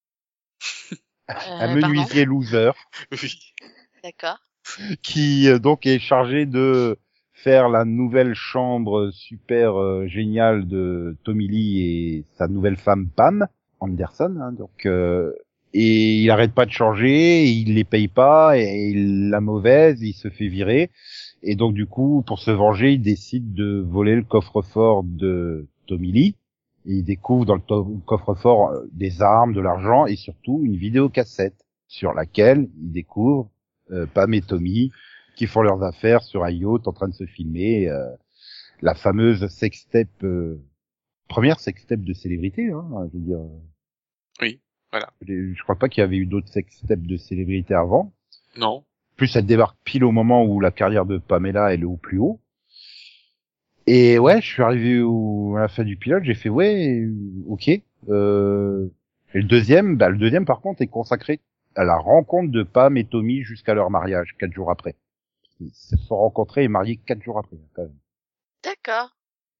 un Euh, menuisier loser, Oui. D'accord. qui euh, donc est chargé de faire la nouvelle chambre super euh, géniale de Tommy Lee et sa nouvelle femme Pam Anderson. Hein, donc, euh, et il arrête pas de changer, il les paye pas, et il la mauvaise, il se fait virer. Et donc du coup, pour se venger, il décide de voler le coffre-fort de Tommy Lee. Et il découvre dans le to- coffre-fort euh, des armes, de l'argent et surtout une vidéocassette sur laquelle il découvre euh, Pam et Tommy qui font leurs affaires sur un yacht en train de se filmer euh, la fameuse sextape, euh, première sextape de célébrité, hein, je veux dire. Oui, voilà. Je je crois pas qu'il y avait eu d'autres sextapes de célébrité avant. Non. Plus elle débarque pile au moment où la carrière de Pamela elle est au plus haut. Et ouais, je suis arrivé au, à la fin du pilote, j'ai fait ouais, ok. Euh, et le deuxième, bah le deuxième par contre est consacré à la rencontre de Pam et Tommy jusqu'à leur mariage, quatre jours après. Ils se sont rencontrés et mariés quatre jours après, quand même. D'accord.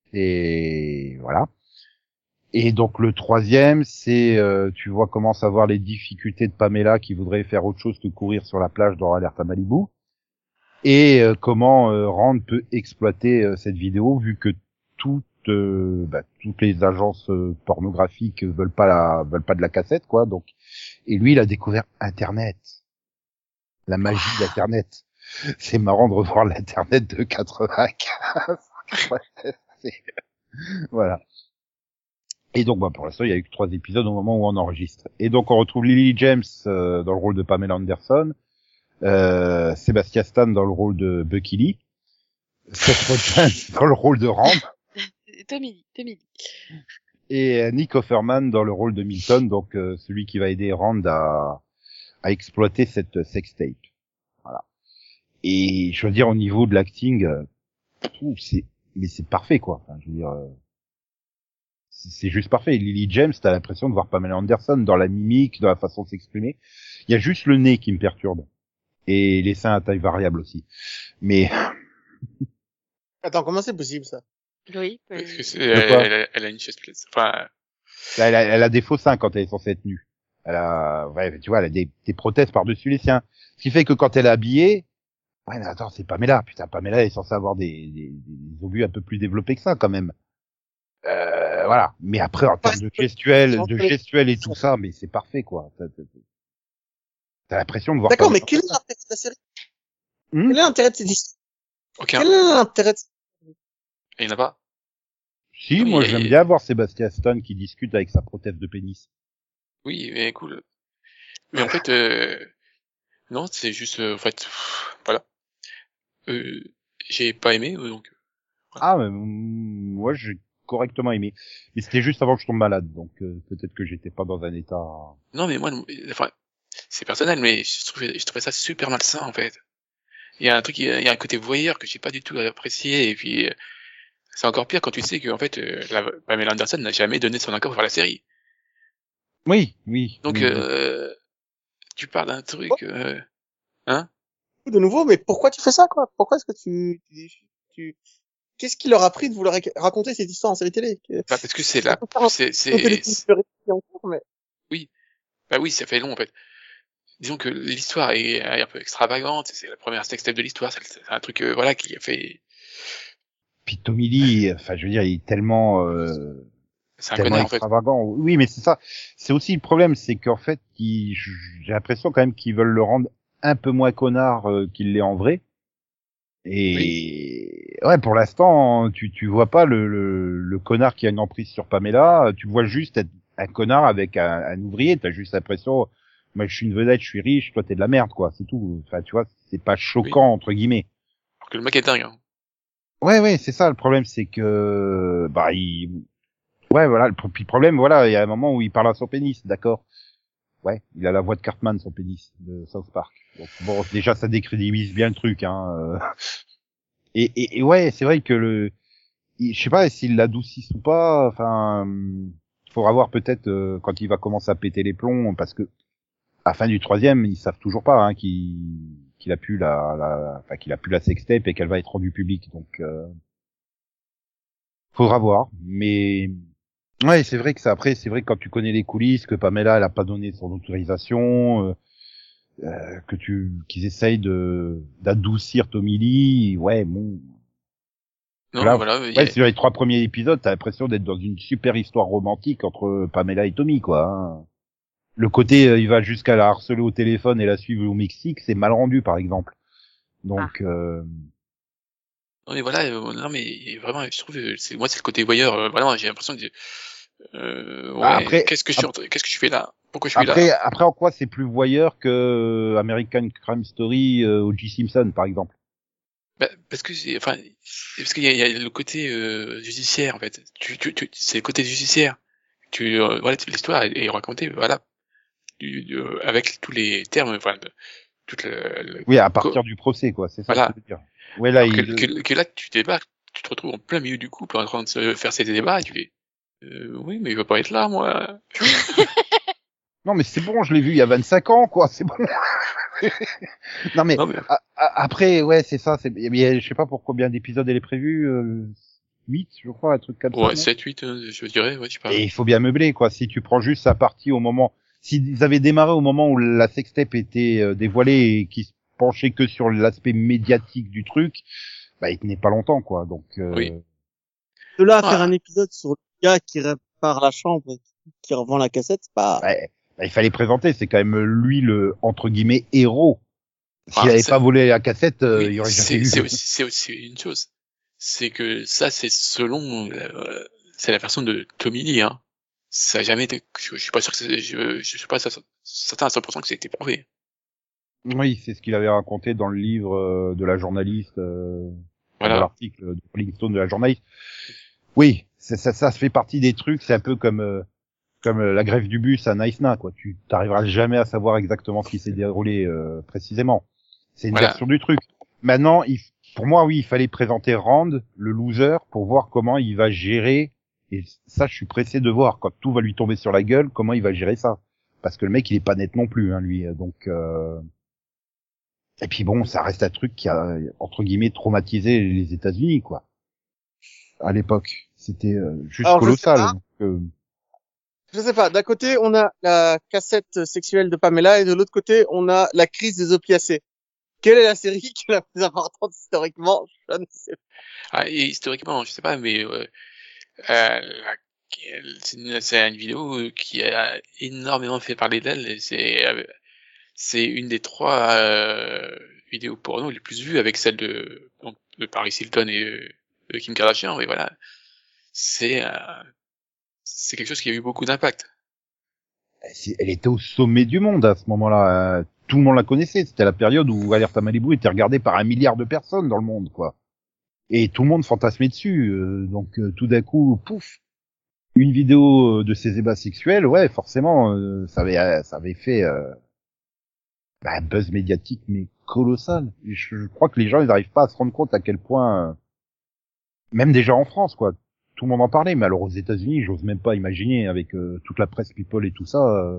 Et voilà. Et donc le troisième, c'est euh, tu vois commence à voir les difficultés de Pamela qui voudrait faire autre chose que courir sur la plage dans Alerte à Malibu. Et euh, comment euh, Rand peut exploiter euh, cette vidéo vu que toutes euh, bah, toutes les agences euh, pornographiques veulent pas la veulent pas de la cassette quoi. Donc et lui il a découvert Internet, la magie d'Internet. C'est marrant de revoir l'Internet de quatre-vingt-quinze. C'est- voilà. Et donc, bah, pour l'instant, il y a eu que trois épisodes au moment où on enregistre. Et donc, on retrouve Lily James euh, dans le rôle de Pamela Anderson, euh, Sébastien Stan dans le rôle de Bucky Lee, Seth Rogen dans le rôle de Rand, Tommy Lee, Tommy Lee. et euh, Nick Offerman dans le rôle de Milton, donc euh, celui qui va aider Rand à, à exploiter cette sextape. Voilà. Et je veux dire, au niveau de l'acting, euh, pff, c'est mais c'est parfait, quoi. Enfin, je veux dire... euh, c'est c'est juste parfait. Lily James, t'as l'impression de voir Pamela Anderson dans la mimique, dans la façon de s'exprimer. Il y a juste le nez qui me perturbe. Et les seins à taille variable aussi. Mais, Attends, comment c'est possible, ça? Oui. Parce euh, que c'est, De elle, quoi elle a, elle a une chaise place. Enfin, là, elle a, elle a des faux seins quand elle est censée être nue. Elle a, ouais, tu vois, elle a des, des prothèses par-dessus les siens. Ce qui fait que quand elle est habillée, ouais, mais attends, c'est Pamela. Putain, Pamela est censée avoir des, des, des obus un peu plus développés que ça, quand même. Euh, voilà. Mais après, en termes de gestuelle, de gestuelle et tout ça, mais c'est parfait, quoi. T'as, t'as- t'as l'impression de voir D'accord, mais Pamela quel est Anderson. l'intérêt de la série? Hmm Quel est l'intérêt de cette histoire? aucun. Quel est l'intérêt de... Il n'y en a pas. Si, Non, mais moi il y a- j'aime bien voir Sébastien Stan qui discute avec sa prothèse de pénis. Oui, mais cool. Mais en fait, euh, non, c'est juste, euh, en fait, pff, voilà. Euh, j'ai pas aimé, euh, donc. Ah, mais, mm, moi j'ai correctement aimé. Mais c'était juste avant que je tombe malade, donc euh, peut-être que j'étais pas dans un état... Non, mais moi, non, enfin, c'est personnel, mais je trouvais, je trouvais ça super malsain, en fait. Il y a un truc, il y a il y a un côté voyeur que j'ai pas du tout apprécié, et puis, euh, c'est encore pire quand tu sais que, en fait, euh, la, Pamela Anderson n'a jamais donné son accord pour faire la série. Oui, oui. Donc, oui. euh, tu parles d'un truc, euh, hein? De nouveau, mais pourquoi tu fais ça, quoi? Pourquoi est-ce que tu, tu, tu... qu'est-ce qui leur a pris de vouloir rac- raconter cette histoire en série télé? Que- Bah, parce que c'est Ça là, peut faire un c'est, peu de c'est, téléfilm réussi en cours, mais bah oui, ça fait long, en fait. Disons que l'histoire est, est un peu extravagante, c'est la première sextape de l'histoire, c'est c'est un truc, euh, voilà, qui a fait, Puis Tommy Lee, enfin je veux dire, il est tellement... Euh... c'est un tellement connard, en fait. extravagant. Oui, mais c'est ça. C'est aussi le problème, c'est qu'en fait, il- j'ai l'impression quand même qu'ils veulent le rendre un peu moins connard euh, qu'il l'est en vrai. Et ouais, pour l'instant, tu tu vois pas le, le le connard qui a une emprise sur Pamela. Tu vois juste être un connard avec un, un ouvrier. T'as juste l'impression, moi je suis une vedette, je suis riche, toi t'es de la merde, quoi. C'est tout. Enfin, tu vois, c'est pas choquant entre guillemets. Alors que le mec est dingue, hein. Ouais, ouais, c'est ça le problème, c'est que bah il ouais, voilà, le, puis le problème, voilà, il y a un moment où il parle à son pénis, d'accord. Ouais, il a la voix de Cartman, son pénis, de South Park. Donc bon, déjà, ça décrédibilise bien le truc, hein. euh. Et, et, et ouais, c'est vrai que le, il- je sais pas s'il l'adoucissent ou pas, enfin, il faudra voir peut-être euh, quand il va commencer à péter les plombs, parce que à la fin du troisième, ils savent toujours pas, hein, qu'il qu'il a pu la, la, enfin, qu'il a pu la sextape et qu'elle va être rendue publique, donc euh, faudra voir, mais ouais, c'est vrai que ça, après, c'est vrai que quand tu connais les coulisses, que Pamela, elle a pas donné son autorisation, euh, euh, que tu, qu'ils essayent de, d'adoucir Tommy Lee, ouais, bon. Non, Là, voilà, il y ouais, a- sur les trois premiers épisodes, t'as l'impression d'être dans une super histoire romantique entre Pamela et Tommy, quoi. Hein. Le côté, euh, il va jusqu'à la harceler au téléphone et la suivre au Mexique, c'est mal rendu, par exemple. Donc, euh, non, mais voilà, euh, non, mais vraiment, je trouve, euh, c'est, moi, c'est le côté voyeur, euh, vraiment, j'ai l'impression de, euh, ouais, après, qu'est-ce que je suis, en train- qu'est-ce que je fais là? Pourquoi je suis après, là? après, en quoi c'est plus voyeur que American Crime Story, euh, O J Simpson, par exemple? Bah, parce que c'est, enfin, c'est parce qu'il y a, il y a le côté euh, judiciaire en fait. Tu, tu, tu, c'est le côté judiciaire. Tu, euh, voilà, l'histoire est, est racontée, voilà, du, du- euh, avec tous les termes, enfin, de, toute le, le- Oui, à co- partir du procès, quoi. C'est ça voilà. que je veux dire. Ouais, là, Alors que, il... que, que là, tu débarques, tu te retrouves en plein milieu du couple en train de se faire ces débats et tu fais, euh, oui, mais il veut pas être là, moi. Non, mais c'est bon, je l'ai vu il y a vingt-cinq ans, quoi. C'est bon. Non, mais, Non, mais a- a- après, ouais, c'est ça. C'est, mais je sais pas pour combien d'épisodes elle est prévue. Euh... huit, je crois, un truc comme ça. Ouais, non sept, huit, euh, je dirais, ouais, je sais pas. Et il faut bien meubler, quoi. Si tu prends juste sa partie au moment, s'ils avaient démarré au moment où la sextape était euh, dévoilée et qu'ils se penchaient que sur l'aspect médiatique du truc, bah, il tenait pas longtemps, quoi. Donc, euh... Oui. De là à Ah. faire un épisode sur le gars qui répare la chambre et qui revend la cassette, c'est pas... ouais, bah, il fallait présenter. C'est quand même lui le, entre guillemets, héros. S'il Ah, avait c'est- pas volé la cassette, euh, Oui, il y aurait c'est jamais eu. c'est aussi, c'est aussi une chose. C'est que ça, c'est selon, euh, c'est la personne de Tommy Lee, hein. Ça a jamais été, je, je suis pas sûr que c'est, je, je suis pas certain à cent pour cent que ça a été prouvé. Oui, c'est ce qu'il avait raconté dans le livre euh, de la journaliste, euh, Voilà. dans l'article de Rolling Stone de la journaliste. Oui, c'est, ça, ça fait partie des trucs, c'est un peu comme euh, comme euh, la grève du bus à Naïsna, quoi. Tu t'arriveras jamais à savoir exactement ce qui s'est déroulé euh, précisément. C'est une Voilà. version du truc. Maintenant, il, pour moi, oui, il fallait présenter Rand, le loser, pour voir comment il va gérer. Et ça, je suis pressé de voir quand tout va lui tomber sur la gueule, comment il va gérer ça. Parce que le mec, il est pas net non plus, hein, lui. Donc, euh... et puis bon, ça reste un truc qui a entre guillemets traumatisé les États-Unis, quoi. À l'époque, c'était euh, juste Alors, je colossal. sais pas. Donc, euh, Je sais pas, d'un côté, on a la cassette sexuelle de Pamela et de l'autre côté, on a la crise des opiacés. Quelle est la série qui est la plus importante historiquement? Je ne sais pas. Ah, et historiquement, je sais pas, mais euh, euh, la- c'est une, c'est une vidéo qui a énormément fait parler d'elle. Et c'est, euh, c'est une des trois euh, vidéos porno les plus vues, avec celle de, donc, de Paris Hilton et euh, de Kim Kardashian. Et voilà, c'est, euh, c'est quelque chose qui a eu beaucoup d'impact. c'est- elle était au sommet du monde à ce moment-là. Euh, Tout le monde la connaissait. C'était la période où Alerta Malibu était regardée par un milliard de personnes dans le monde, quoi. Et tout le monde fantasmait dessus. euh, donc euh, tout d'un coup, pouf, une vidéo euh, de ces ébats sexuels, ouais, forcément, euh, ça avait, euh, ça avait fait euh, bah, un buzz médiatique mais colossal. Et Je, je crois que les gens, ils n'arrivent pas à se rendre compte à quel point, euh, même déjà en France, quoi, tout le monde en parlait. Mais alors aux États-Unis, j'ose même pas imaginer avec euh, toute la presse people et tout ça. euh.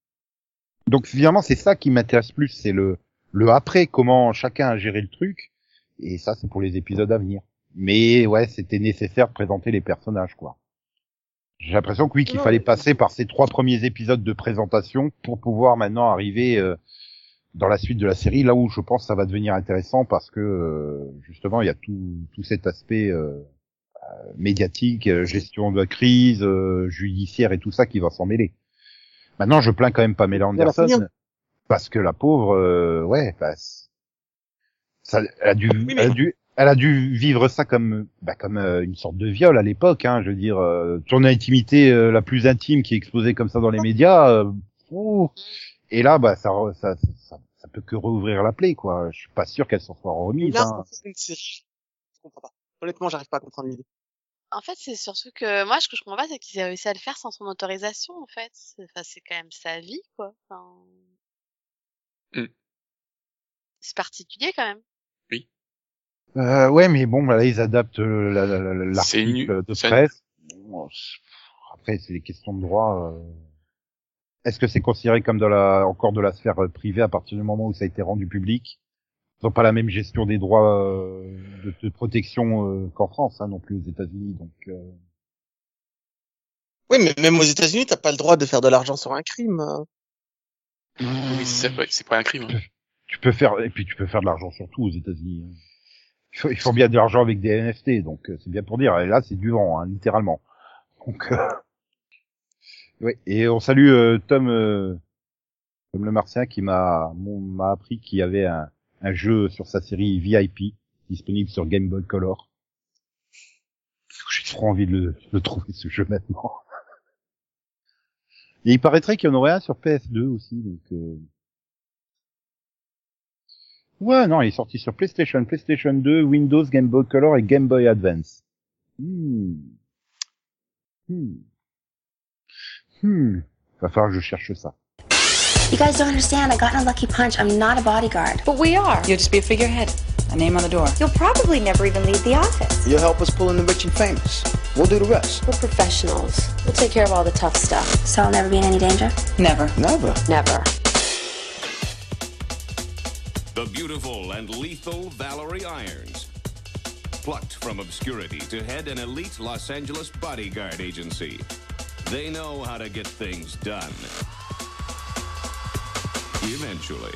Donc finalement, c'est ça qui m'intéresse plus, c'est le le après, comment chacun a géré le truc. Et ça, c'est pour les épisodes à venir. Mais ouais, c'était nécessaire de présenter les personnages, quoi. J'ai l'impression que oui, qu'il Non, fallait mais- passer par ces trois premiers épisodes de présentation pour pouvoir maintenant arriver euh, dans la suite de la série, là où je pense que ça va devenir intéressant parce que euh, justement, il y a tout tout cet aspect euh, euh, médiatique, euh, gestion de crise, euh, judiciaire et tout ça qui va s'en mêler. Maintenant, je plains quand même Pamela Elle va Anderson finir. parce que la pauvre, euh, ouais, bah, c- ça, elle a dû, Oui, mais- elle a dû, elle a dû vivre ça comme, bah, comme euh, une sorte de viol à l'époque, hein. Je veux dire, euh, ton intimité euh, la plus intime qui est exposée comme ça dans les médias. Euh, ouh. Et là, bah, ça, re- ça, ça, ça peut que rouvrir la plaie, quoi. Je suis pas sûr qu'elle s'en soit Et remise. là, Hein. c'est une série. Je comprends pas. Honnêtement, j'arrive pas à comprendre l'idée. En fait, c'est surtout que moi, ce que je comprends pas, c'est qu'il a réussi à le faire sans son autorisation, en fait. C'est, enfin, c'est quand même sa vie, quoi. Enfin... Mm. C'est particulier, quand même. Euh, ouais, mais bon, bah, là, ils adaptent euh, la- la- la- C'est l'article nu- de c'est- presse. Bon, c'est- Après, c'est des questions de droit. euh. Est-ce que c'est considéré comme de la, encore de la sphère euh, privée à partir du moment où ça a été rendu public? Ils n'ont pas la même gestion des droits euh, de, de protection euh, qu'en France, hein, non plus aux États-Unis. Donc, euh... Oui, mais même aux États-Unis, t'as pas le droit de faire de l'argent sur un crime. euh. Oui, c'est ça, ouais, c'est pas un crime. hein. tu peux faire, et puis tu peux faire de l'argent surtout aux États-Unis. hein. Ils font- Ils font bien de l'argent avec des N F T, donc euh, c'est bien pour dire. Et là, c'est du vent, hein, littéralement. Donc, euh... ouais. Et on salue euh, Tom, euh, Tom le Martien, qui m'a mon- m'a appris qu'il y avait un, un jeu sur sa série V I P disponible sur Game Boy Color. J'ai trop envie de le, de le trouver ce jeu maintenant. Et il paraîtrait qu'il y en aurait un sur P S deux aussi, donc. Euh... Ouais, non, il est sorti sur PlayStation, PlayStation deux, Windows, Game Boy Color et Game Boy Advance. Hmm. Hmm. Hmm. Va falloir que je cherche ça. You guys don't understand. I got in a lucky punch. I'm not a bodyguard. But we are. You'll just be a figurehead. A name on the door. You'll probably never even leave the office. You'll help us pull in the rich and famous. We'll do the rest. We're professionals. We'll take care of all the tough stuff. So I'll never be in any danger? Never. Never. Never. The beautiful and lethal Valerie Irons. plucked from obscurity to head an elite Los Angeles bodyguard agency. They know how to get things done. Eventually.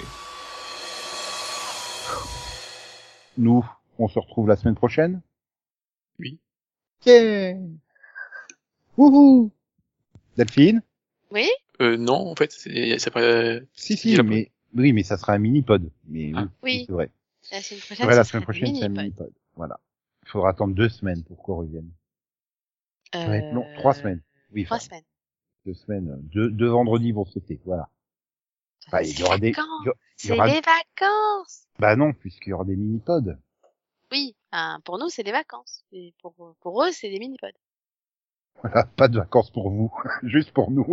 Nous, on se retrouve la semaine prochaine. Oui. Yeah. Wouhou. Delphine? Oui? Euh, non, en fait, c'est, ça pas... Si, si, mais, oui, mais ça sera un mini-pod. Mais ah. oui, c'est vrai. La semaine prochaine, c'est vrai, la ça semaine sera prochaine, c'est un mini-pod. mini-pod. Voilà. Il faudra attendre deux semaines pour qu'on revienne. Euh... Ça va être long. Trois semaines. Oui, Trois enfin, semaines. Deux semaines. Deux, deux vendredis vont sauter. Voilà. Enfin, il y aura des, il y aura- il y C'est aura- les vacances! Bah non, puisqu'il y aura des mini-pods. Oui, hein, pour nous, c'est des vacances. Et pour, pour eux, c'est des mini-pods. Voilà, pas de vacances pour vous. Juste pour nous.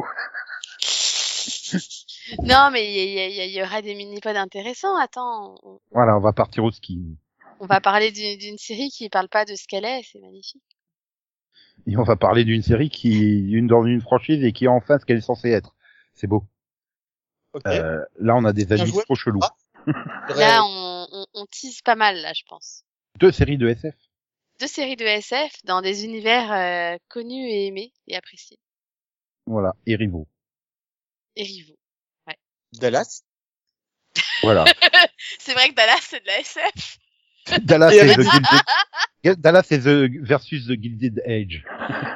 Non, mais il y, y, y, y aura des mini-pods intéressants. Attends, on, Voilà, on va partir au ski. on va parler d'une, d'une série qui parle pas de ce qu'elle est. C'est magnifique. Et on va parler d'une série qui est une dans une franchise et qui est enfin ce qu'elle est censée être. C'est beau. Ok. Euh, là, on a des Bien indices joué. trop chelous. Ah. Là, on, on, on tease pas mal, là, je pense. Deux séries de S F. Deux séries de S F dans des univers euh, connus et aimés et appréciés. Voilà. Et rivaux. Et rivaux. Ouais. Dallas. Voilà. C'est vrai que Dallas, c'est de la S F. Dallas Et est the Red- Gilded... Dallas est the versus the Gilded Age.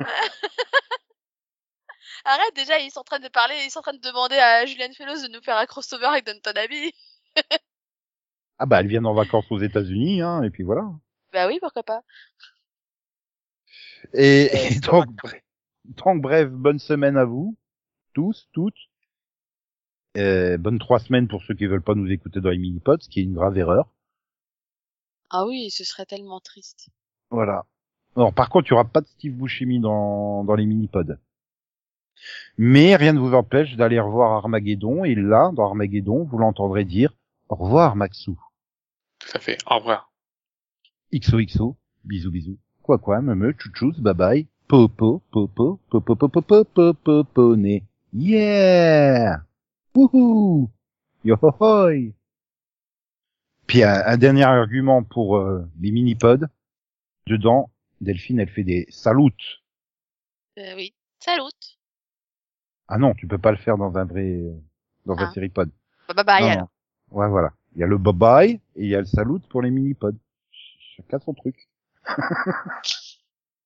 Arrête, déjà, ils sont en train de parler, ils sont en train de demander à Julianne Fellows de nous faire un crossover avec Downton Abbey. Ah bah, elles viennent en vacances aux États-Unis, hein, et puis voilà. Bah oui, pourquoi pas. Et, Euh, et ça donc, va. bref, donc, bref, bonne semaine à vous, tous, toutes. Euh, bonne trois semaines pour ceux qui veulent pas nous écouter dans les mini-pods, ce qui est une grave erreur. Ah oui, ce serait tellement triste. Voilà. Alors, par contre, il y aura pas de Steve Buscemi dans, dans les mini-pods. Mais rien ne vous empêche d'aller revoir Armageddon, et là, dans Armageddon, vous l'entendrez dire au revoir, Maxou. Tout à fait. Au revoir. X O X O, bisous bisous. Quoi quoi, me me, chouchous, bye bye. Popo, popo, popo, popo, popo, popo, né. Yeah! Wouhou! Yohohoi! Puis un, un dernier argument pour euh, les mini-pods. Dedans, Delphine, elle fait des salutes. Euh, oui. Salut. Ah non, tu peux pas le faire dans un vrai, euh, dans un Ah. série pod. Bah, bye bye Non, alors. non. Ouais, voilà. Il y a le bye bye et il y a le salut pour les mini-pods. Chacun son truc.